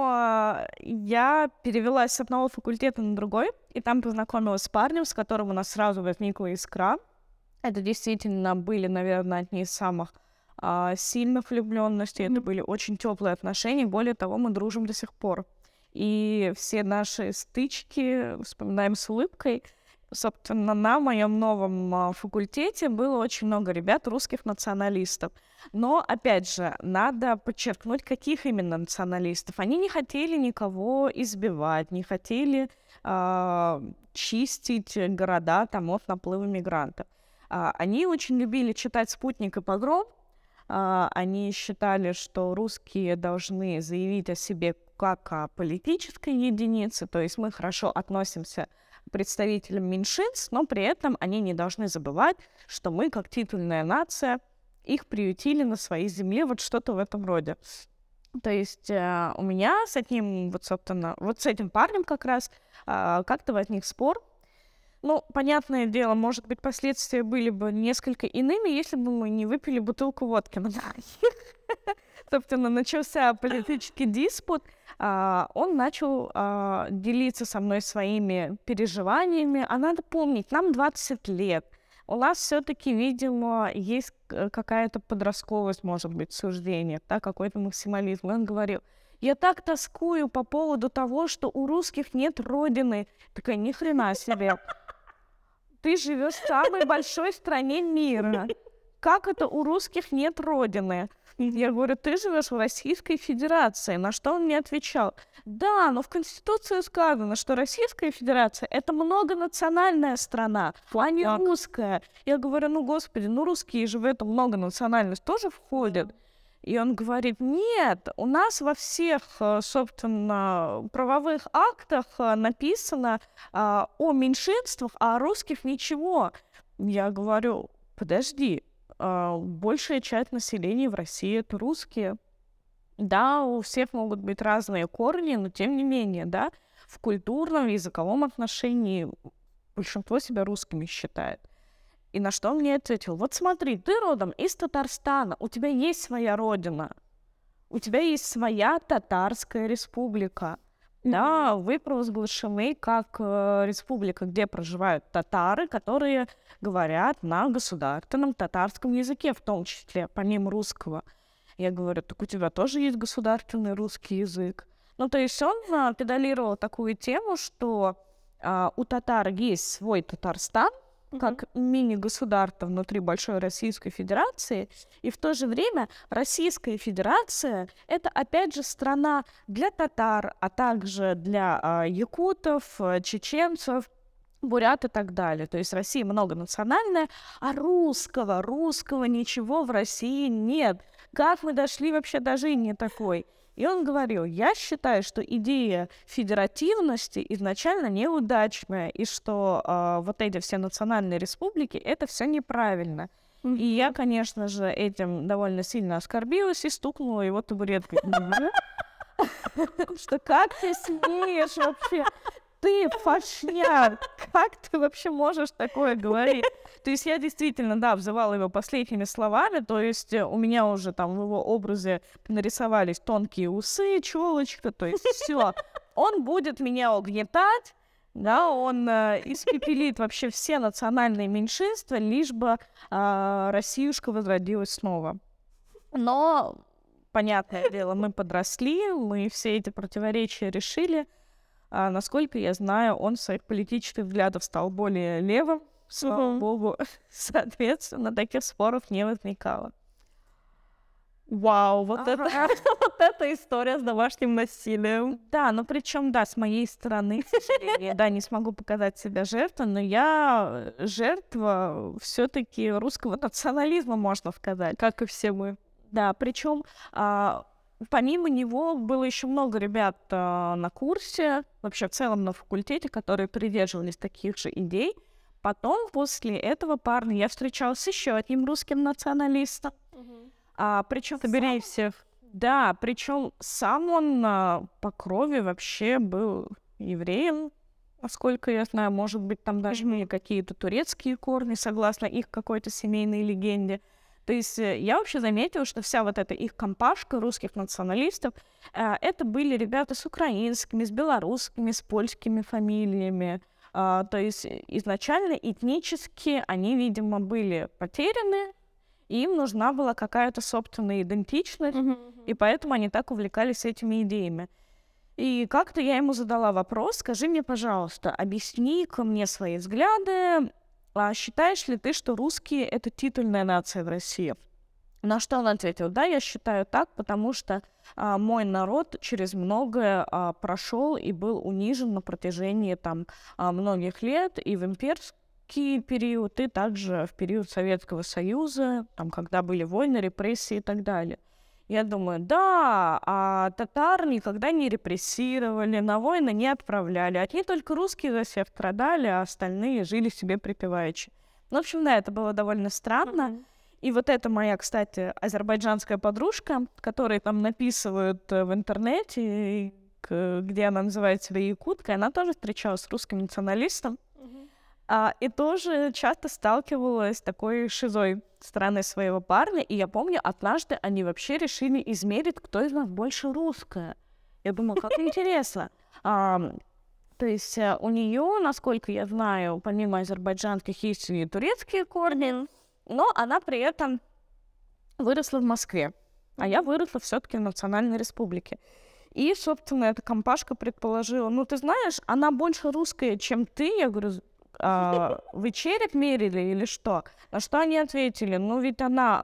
[SPEAKER 2] я перевелась с одного факультета на другой, и там познакомилась с парнем, с которым у нас сразу возникла искра. Это действительно были, наверное, одни из самых сильных влюбленностей. Это были очень теплые отношения. Более того, мы дружим до сих пор. И все наши стычки вспоминаем с улыбкой. Собственно, на моем новом факультете было очень много ребят русских националистов. Но, опять же, надо подчеркнуть, каких именно националистов. Они не хотели никого избивать, не хотели чистить города там от наплыва мигрантов. Они очень любили читать «Спутник» и «Погром». Они считали, что русские должны заявить о себе как о политической единице, то есть мы хорошо относимся к представителям меньшинств, но при этом они не должны забывать, что мы, как титульная нация, их приютили на своей земле, вот что-то в этом роде. То есть у меня с одним, вот, собственно, вот с этим парнем как раз как-то возник спор. Ну, понятное дело, может быть, последствия были бы несколько иными, если бы мы не выпили бутылку водки на двоих. Собственно, начался политический диспут. Он начал делиться со мной своими переживаниями. А надо помнить, нам 20 лет. У нас все-таки, видимо, есть какая-то подростковость, может быть, суждение, да, какой-то максимализм. И он говорил: я так тоскую по поводу того, что у русских нет родины. Такая, ни хрена себе. Ты живешь в самой большой стране мира. Как это у русских нет родины? Я говорю, ты живешь в Российской Федерации. На что он мне отвечал: да, но в Конституции сказано, что Российская Федерация — это многонациональная страна, а не русская. Я говорю, ну, господи, ну, русские же в эту многонациональность тоже входят. И он говорит, нет, у нас во всех, собственно, правовых актах написано о меньшинствах, а о русских ничего. Я говорю, подожди, большая часть населения в России — это русские. Да, у всех могут быть разные корни, но тем не менее, да, в культурном, языковом отношении большинство себя русскими считает. И на что он мне ответил: вот смотри, ты родом из Татарстана, у тебя есть своя родина, у тебя есть своя татарская республика. Да, вы провозглашены как республика, где проживают татары, которые говорят на государственном татарском языке, в том числе, помимо русского. Я говорю, так у тебя тоже есть государственный русский язык. Ну, то есть он педалировал такую тему, что у татар есть свой Татарстан, как мини-государство внутри Большой Российской Федерации, и в то же время Российская Федерация — это, опять же, страна для татар, а также для якутов, чеченцев, бурят и так далее. То есть Россия многонациональная, а русского ничего в России нет. Как мы дошли вообще до жизни такой? И он говорил, я считаю, что идея федеративности изначально неудачная, и что вот эти все национальные республики — это все неправильно. И я, конечно же, этим довольно сильно оскорбилась и стукнула его табуреткой. Что как ты смеешь вообще? Ты фашняк! Как ты вообще можешь такое говорить? То есть я действительно, да, взывала его последними словами, то есть у меня уже там в его образе нарисовались тонкие усы, челочка, то есть все. Он будет меня угнетать, да, он испепелит вообще все национальные меньшинства, лишь бы Россиюшка возродилась снова. Но, понятное дело, мы подросли, мы все эти противоречия решили. Насколько я знаю, он своих политических взглядов стал более левым, слава богу. Соответственно, таких споров не возникало.
[SPEAKER 1] Вау, вот это история с домашним насилием.
[SPEAKER 2] Да, но причем, да, с моей стороны, к сожалению, да, не смогу показать себя жертвой, но я жертва все-таки русского национализма, можно сказать.
[SPEAKER 1] Как и все мы.
[SPEAKER 2] Да, причем помимо него было еще много ребят на курсе, вообще в целом на факультете, которые придерживались таких же идей. Потом, после этого парня, я встречалась с еще одним русским националистом. Причем
[SPEAKER 1] собери всех.
[SPEAKER 2] Да, причем сам он по крови вообще был евреем, насколько я знаю. Может быть, там даже были какие-то турецкие корни, согласно их какой-то семейной легенде. То есть я вообще заметила, что вся вот эта их компашка русских националистов, это были ребята с украинскими, с белорусскими, с польскими фамилиями. То есть изначально этнически они, видимо, были потеряны, и им нужна была какая-то собственная идентичность, и поэтому они так увлекались этими идеями. И как-то я ему задала вопрос: скажи мне, пожалуйста, объясни-ка мне свои взгляды, считаешь ли ты, что русские — это титульная нация в России? На что он ответил: да, я считаю так, потому что мой народ через многое прошел и был унижен на протяжении там многих лет и в имперский период, и также в период Советского Союза, там, когда были войны, репрессии и так далее. Я думаю, да, а татар никогда не репрессировали, на войны не отправляли. Одни только русские за всех страдали, а остальные жили себе припеваючи. Ну, в общем, да, это было довольно странно. И вот эта моя, кстати, азербайджанская подружка, которая там написывают в интернете, где она называет себя якуткой, она тоже встречалась с русским националистом. И тоже часто сталкивалась с такой шизой стороны своего парня. И я помню, однажды они вообще решили измерить, кто из нас больше русская. Я думаю, как интересно. То есть у нее, насколько я знаю, помимо азербайджанских, есть и турецкие корни, но она при этом выросла в Москве, а я выросла все-таки в Национальной Республике. И, собственно, эта компашка предположила: ну, ты знаешь, она больше русская, чем ты. Я говорю: вы череп мерили или что? На что они ответили: ну, ведь она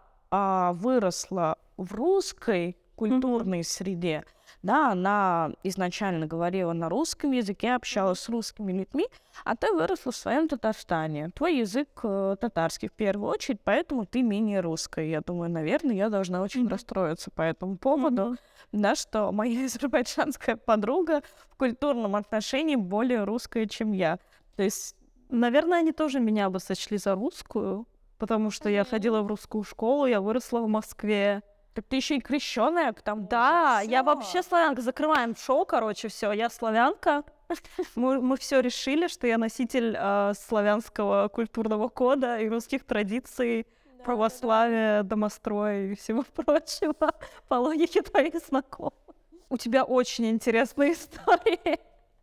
[SPEAKER 2] выросла в русской культурной среде, да, она изначально говорила на русском языке, общалась с русскими людьми, а ты выросла в своем Татарстане. Твой язык татарский в первую очередь, поэтому ты менее русская. Я думаю, наверное, я должна очень расстроиться по этому поводу, да, что моя азербайджанская подруга в культурном отношении более русская, чем я. То есть,
[SPEAKER 1] наверное, они тоже меня бы сочли за русскую, потому что я ходила в русскую школу, я выросла в Москве.
[SPEAKER 2] Так ты еще и крещеная к тому же.
[SPEAKER 1] Да,
[SPEAKER 2] Всё.
[SPEAKER 1] я вообще славянка. Закрываем шоу, короче, все, я славянка. Мы все решили, что я носитель славянского культурного кода и русских традиций, православия, домостроя и всего прочего, по логике твоих знакомых. У тебя очень интересные истории.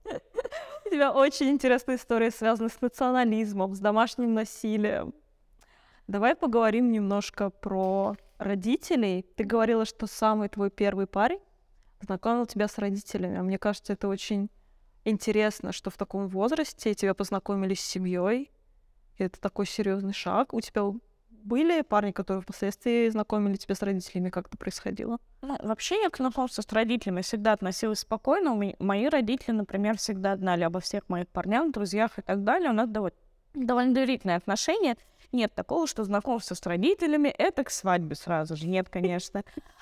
[SPEAKER 1] У тебя очень интересные истории, связанные с национализмом, с домашним насилием. Давай поговорим немножко про родителей. Ты говорила, что самый твой первый парень знакомил тебя с родителями. Мне кажется, это очень интересно, что в таком возрасте тебя познакомили с семьей. Это такой серьезный шаг. У тебя были парни, которые впоследствии знакомили тебя с родителями? Как это происходило?
[SPEAKER 2] Ну, вообще, я к знакомству с родителями всегда относилась спокойно. Мои родители, например, всегда знали обо всех моих парнях, друзьях и так далее. У нас довольно доверительные отношения. Нет такого, что знакомство с родителями — это к свадьбе сразу же. Нет, конечно.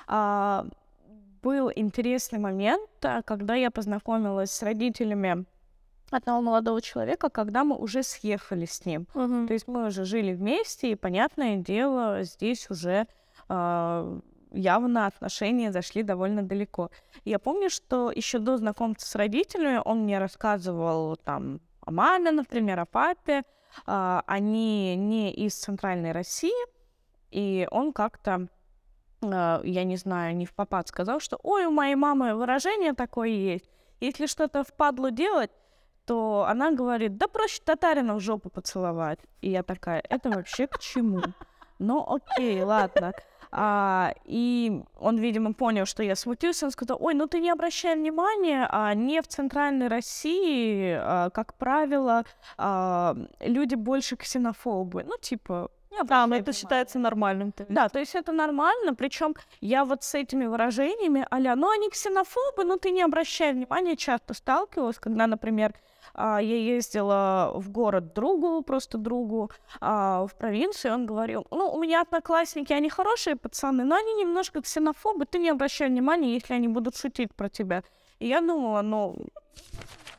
[SPEAKER 2] Был интересный момент, когда я познакомилась с родителями одного молодого человека, когда мы уже съехали с ним. То есть мы уже жили вместе, и, понятное дело, здесь уже явно отношения зашли довольно далеко. Я помню, что еще до знакомства с родителями он мне рассказывал там о маме, например, о папе. Они не из Центральной России, и он как-то, я не знаю, не впопад сказал, что «Ой, у моей мамы выражение такое есть. Если что-то впадло делать, то она говорит: да проще татарина в жопу поцеловать». И я такая: это вообще к чему? Ну окей, ладно. И он, видимо, понял, что я смутился. Он сказал: ой, ну ты не обращай внимания, не в Центральной России, как правило, люди больше ксенофобы. Ну, типа, не обращай
[SPEAKER 1] но это
[SPEAKER 2] внимания.
[SPEAKER 1] считается нормальным.
[SPEAKER 2] Да, то есть это нормально, причем я вот с этими выражениями а-ля, ну они ксенофобы, ну ты не обращай внимания, часто сталкивалась, когда, например, я ездила в город просто другу, в провинцию, он говорил: ну, у меня одноклассники, они хорошие пацаны, но они немножко ксенофобы, ты не обращай внимания, если они будут шутить про тебя. И я думала, ну,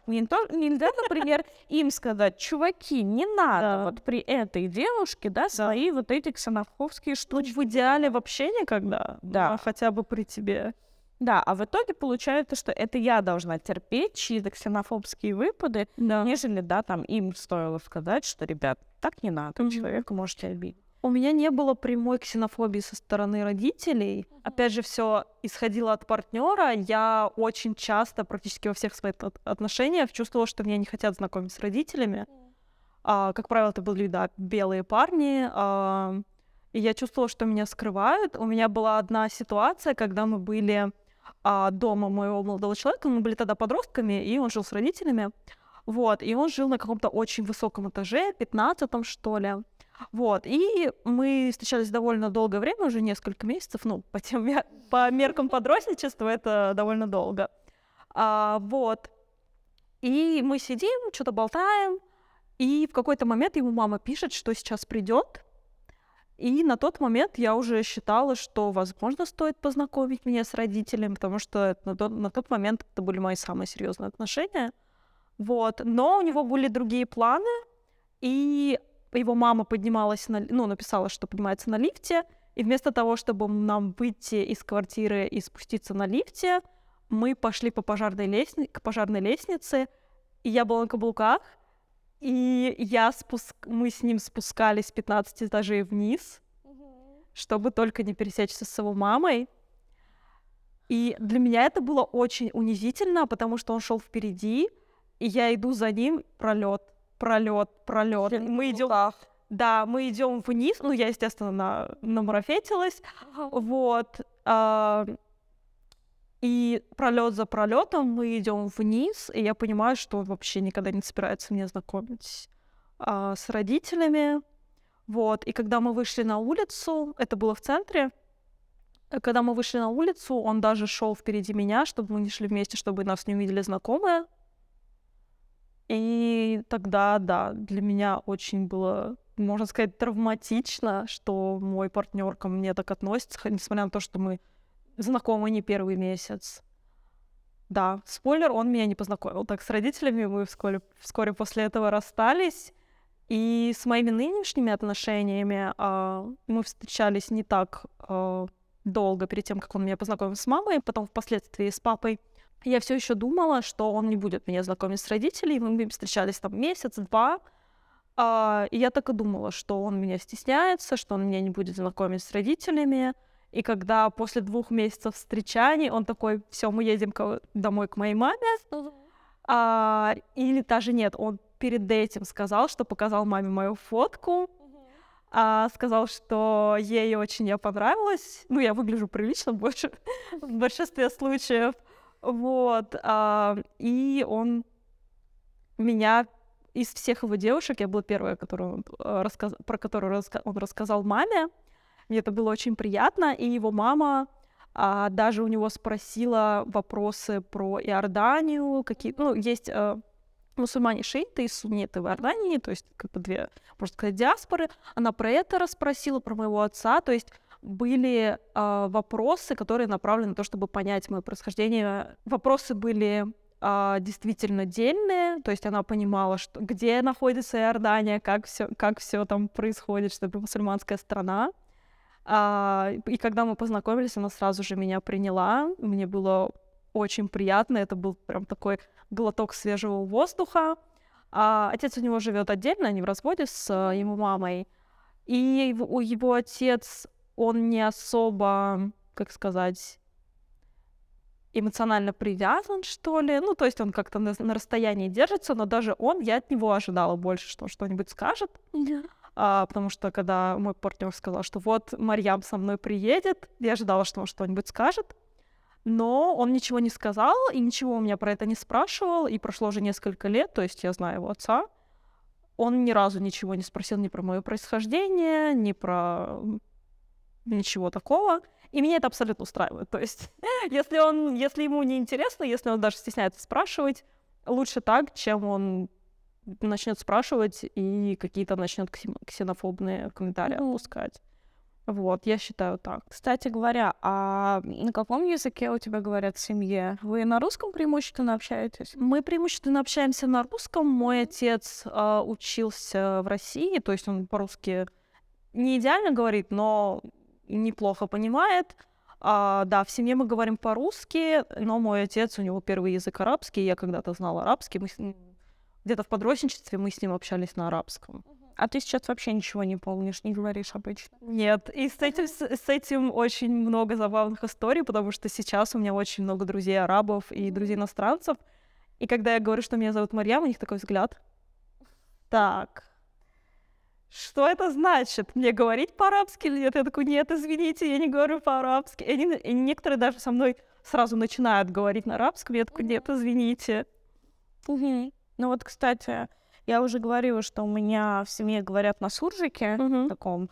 [SPEAKER 2] Нельзя, например, им сказать: чуваки, не надо вот при этой девушке, свои вот эти ксенофобские штучки.
[SPEAKER 1] В идеале вообще никогда,
[SPEAKER 2] Да.
[SPEAKER 1] хотя бы при тебе.
[SPEAKER 2] Да, а в итоге получается, что это я должна терпеть чьи-то ксенофобские выпады, нежели, там им стоило сказать, что, ребят, так не надо, человека можете обидеть.
[SPEAKER 1] У меня не было прямой ксенофобии со стороны родителей. Опять же, все исходило от партнера. Я очень часто, практически во всех своих отношениях, чувствовала, что меня не хотят знакомить с родителями. Как правило, это были, белые парни. И я чувствовала, что меня скрывают. У меня была одна ситуация, когда мы были дома моего молодого человека. Мы были тогда подростками, и он жил с родителями. Вот, и он жил на каком-то очень высоком этаже, 15-м, что ли. Вот, и мы встречались довольно долгое время, уже несколько месяцев, по меркам подростничества это довольно долго. Вот, и мы сидим, что-то болтаем, и в какой-то момент ему мама пишет, что сейчас придет. И на тот момент я уже считала, что, возможно, стоит познакомить меня с родителями, потому что на тот момент это были мои самые серьезные отношения. Вот, но у него были другие планы, и его мама написала, что поднимается на лифте, и вместо того, чтобы нам выйти из квартиры и спуститься на лифте, мы пошли к пожарной лестнице, и я была на каблуках, и мы с ним спускались с 15 этажей вниз, чтобы только не пересечься с его мамой. И для меня это было очень унизительно, потому что он шел впереди, и я иду за ним, пролет. Мы идем вниз. Я, естественно, намарафетилась. Вот. И пролет за пролетом мы идем вниз, и я понимаю, что он вообще никогда не собирается меня знакомить с родителями. Вот. И когда мы вышли на улицу, это было в центре, когда мы вышли на улицу, он даже шел впереди меня, чтобы мы не шли вместе, чтобы нас не увидели знакомые. И тогда, для меня очень было, можно сказать, травматично, что мой партнер ко мне так относится, несмотря на то, что мы знакомы не первый месяц. Да, спойлер, он меня не познакомил. Так, с родителями мы вскоре после этого расстались. И с моими нынешними отношениями мы встречались не так долго перед тем, как он меня познакомил с мамой, потом впоследствии с папой. Я все еще думала, что он не будет меня знакомить с родителями. Мы встречались там месяц-два. И я так и думала, что он меня стесняется, что он меня не будет знакомить с родителями. И когда после 2 месяцев встречаний он такой: все, мы едем домой к моей маме. Или даже нет, он перед этим сказал, что показал маме мою фотку. Сказал, что ей очень я понравилась. Я выгляжу прилично в большинстве случаев. Вот. И он меня из всех его девушек, я была первая, про которую он рассказал маме. Мне это было очень приятно. И его мама даже у него спросила вопросы про Иорданию. Есть мусульмане шииты и сунниты в Иордании, то есть как бы 2, можно сказать, диаспоры. Она про это расспросила, про моего отца. То есть были вопросы, которые направлены на то, чтобы понять мое происхождение. Вопросы были действительно дельные, то есть она понимала, где находится Иордания, как все там происходит, что это мусульманская страна. И когда мы познакомились, она сразу же меня приняла. Мне было очень приятно. Это был прям такой глоток свежего воздуха. Отец у него живет отдельно, они в разводе с его мамой. И его отец, он не особо, как сказать, эмоционально привязан, что ли. То есть он как-то на расстоянии держится, но даже я от него ожидала больше, что что-нибудь скажет. Потому что когда мой партнер сказал, что вот Марьям со мной приедет, я ожидала, что он что-нибудь скажет. Но он ничего не сказал, и ничего у меня про это не спрашивал, и прошло уже несколько лет, то есть я знаю его отца. Он ни разу ничего не спросил ни про мое происхождение, ни про ничего такого. И меня это абсолютно устраивает. То есть если ему не интересно, если он даже стесняется спрашивать, лучше так, чем он начнет спрашивать и какие-то начнет ксенофобные комментарии отпускать. Вот, я считаю так.
[SPEAKER 2] Кстати говоря, а на каком языке у тебя говорят в семье? Вы на русском преимущественно общаетесь?
[SPEAKER 1] Мы преимущественно общаемся на русском. Мой отец учился в России, то есть он по-русски не идеально говорит, но неплохо понимает. Да, в семье мы говорим по-русски, но мой отец, у него первый язык арабский, я когда-то знала арабский, где-то в подростничестве мы с ним общались на арабском.
[SPEAKER 2] А ты сейчас вообще ничего не помнишь, не говоришь обычно?
[SPEAKER 1] Нет, и с этим очень много забавных историй, потому что сейчас у меня очень много друзей арабов и друзей иностранцев, и когда я говорю, что меня зовут Марьям, у них такой взгляд. Так, что это значит? Мне говорить по-арабски или нет? Я такой, нет, извините, я не говорю по-арабски. И некоторые даже со мной сразу начинают говорить на арабском, я такой, нет, извините.
[SPEAKER 2] Ну вот, кстати, я уже говорила, что у меня в семье говорят на суржике таком,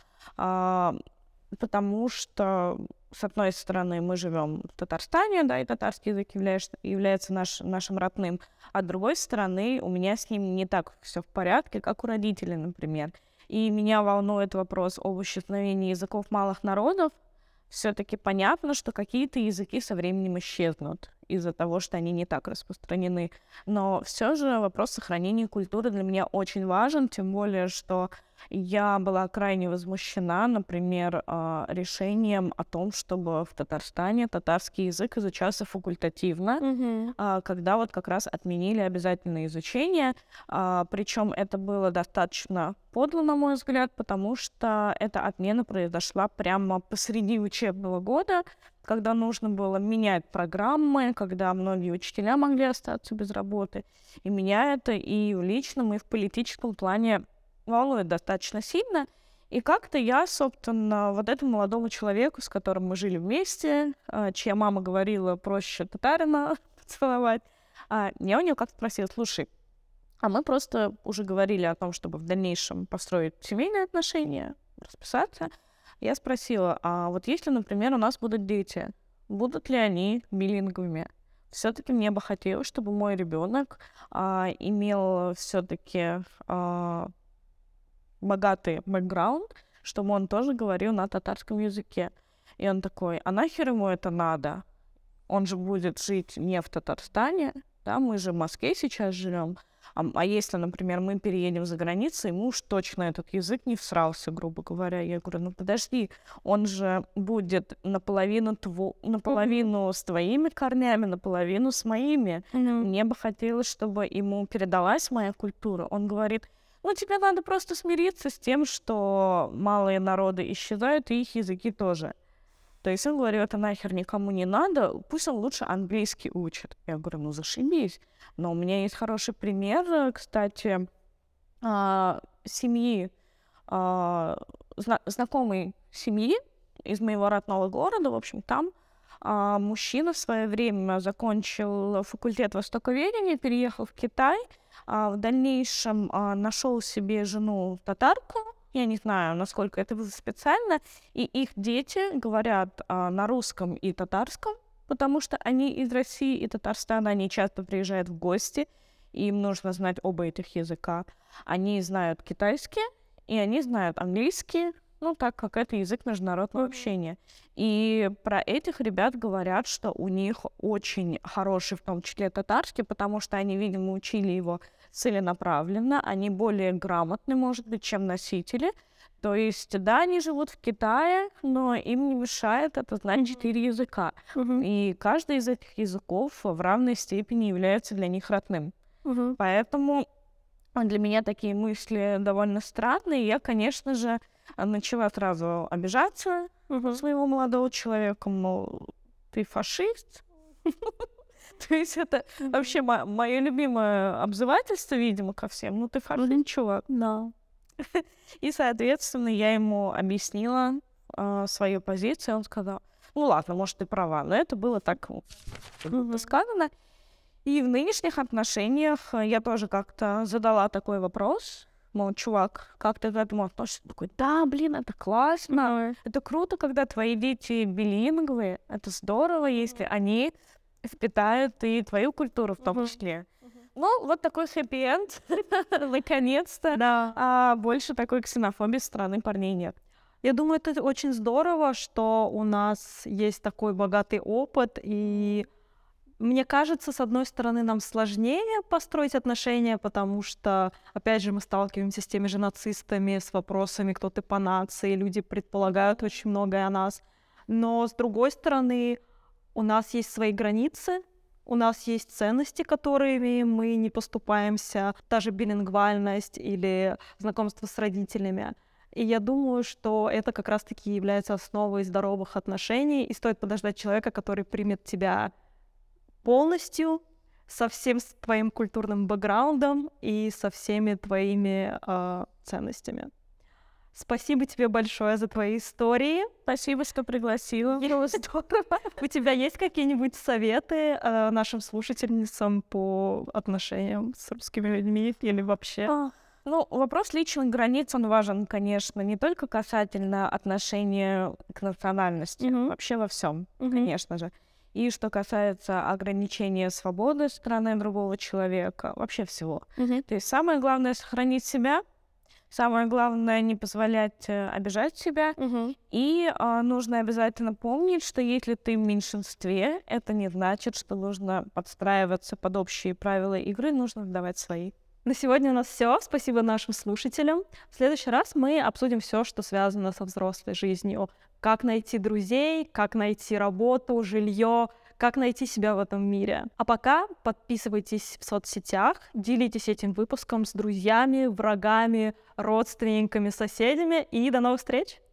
[SPEAKER 2] потому что, с одной стороны, мы живем в Татарстане, да, и татарский язык является нашим родным, а с другой стороны, у меня с ним не так все в порядке, как у родителей, например. И меня волнует вопрос об исчезновении языков малых народов. Все-таки понятно, что какие-то языки со временем исчезнут из-за того, что они не так распространены. Но все же вопрос сохранения культуры для меня очень важен, тем более, что я была крайне возмущена, например, решением о том, чтобы в Татарстане татарский язык изучался факультативно, когда вот как раз отменили обязательное изучение. Причем это было достаточно подло, на мой взгляд, потому что эта отмена произошла прямо посреди учебного года, когда нужно было менять программы, когда многие учителя могли остаться без работы. И меня это и в личном, и в политическом плане волнует достаточно сильно. И как-то я, собственно, вот этому молодому человеку, с которым мы жили вместе, чья мама говорила, проще татарина поцеловать, я у нее как-то спросила, слушай, а мы просто уже говорили о том, чтобы в дальнейшем построить семейные отношения, расписаться. Я спросила, а вот если, например, у нас будут дети, будут ли они билингвами? Все-таки мне бы хотелось, чтобы мой ребенок имел все-таки богатый бэкграунд, чтобы он тоже говорил на татарском языке. И он такой, а нахер ему это надо? Он же будет жить не в Татарстане, да, мы же в Москве сейчас живем. А если, например, мы переедем за границу, ему уж точно этот язык не всрался, грубо говоря. Я говорю, ну подожди, он же будет наполовину с твоими корнями, наполовину с моими. Мне бы хотелось, чтобы ему передалась моя культура. Он говорит, ну тебе надо просто смириться с тем, что малые народы исчезают, и их языки тоже. То есть он говорит, это нахер никому не надо, пусть он лучше английский учит. Я говорю, ну зашибись. Но у меня есть хороший пример, кстати, семьи, знакомой семьи из моего родного города. В общем, там мужчина в свое время закончил факультет востоковедения, переехал в Китай, в дальнейшем нашел себе жену татарку. Я не знаю, насколько это было специально. И их дети говорят на русском и татарском, потому что они из России и Татарстана, они часто приезжают в гости, и им нужно знать оба этих языка. Они знают китайский, и они знают английский, ну, так как это язык международного общения. И про этих ребят говорят, что у них очень хороший, в том числе татарский, потому что они, видимо, учили его целенаправленно, они более грамотны, может быть, чем носители. То есть, да, они живут в Китае, но им не мешает это знать 4 языка. И каждый из этих языков в равной степени является для них родным. Поэтому для меня такие мысли довольно странные. Я, конечно же, начала сразу обижаться своего молодого человека, мол, ты фашист. То есть это вообще мое любимое обзывательство, видимо, ко всем. Ну, ты фашист, чувак.
[SPEAKER 1] Да.
[SPEAKER 2] И, соответственно, я ему объяснила свою позицию. Он сказал, ну ладно, может, ты права. Но это было так сказано. И в нынешних отношениях я тоже как-то задала такой вопрос. Мол, чувак, как ты к этому относишься? Такой, да, блин, это классно. Это круто, когда твои дети билингвы. Это здорово, если они впитают и твою культуру в том числе. Ну, вот такой хэппи-энд, наконец-то.
[SPEAKER 1] Да.
[SPEAKER 2] А больше такой ксенофобии со стороны парней нет.
[SPEAKER 1] Я думаю, это очень здорово, что у нас есть такой богатый опыт, и мне кажется, с одной стороны, нам сложнее построить отношения, потому что, опять же, мы сталкиваемся с теми же нацистами, с вопросами, кто ты по нации, люди предполагают очень многое о нас. Но, с другой стороны, у нас есть свои границы, у нас есть ценности, которыми мы не поступаемся, та же билингвальность или знакомство с родителями. И я думаю, что это как раз-таки является основой здоровых отношений, и стоит подождать человека, который примет тебя полностью, со всем твоим культурным бэкграундом и со всеми твоими ценностями. Спасибо тебе большое за твои истории.
[SPEAKER 2] Спасибо, что пригласила. Было здорово.
[SPEAKER 1] У тебя есть какие-нибудь советы нашим слушательницам по отношениям с русскими людьми или вообще?
[SPEAKER 2] Ну, вопрос личных границ, он важен, конечно, не только касательно отношения к национальности, вообще во всем, конечно же. И что касается ограничения свободы стороны другого человека, вообще всего. То есть самое главное — сохранить себя, самое главное — не позволять обижать себя. И нужно обязательно помнить, что если ты в меньшинстве, это не значит, что нужно подстраиваться под общие правила игры, нужно давать свои.
[SPEAKER 1] На сегодня у нас все. Спасибо нашим слушателям. В следующий раз мы обсудим все, что связано со взрослой жизнью. Как найти друзей, как найти работу, жилье, как найти себя в этом мире. А пока подписывайтесь в соцсетях, делитесь этим выпуском с друзьями, врагами, родственниками, соседями. И до новых встреч!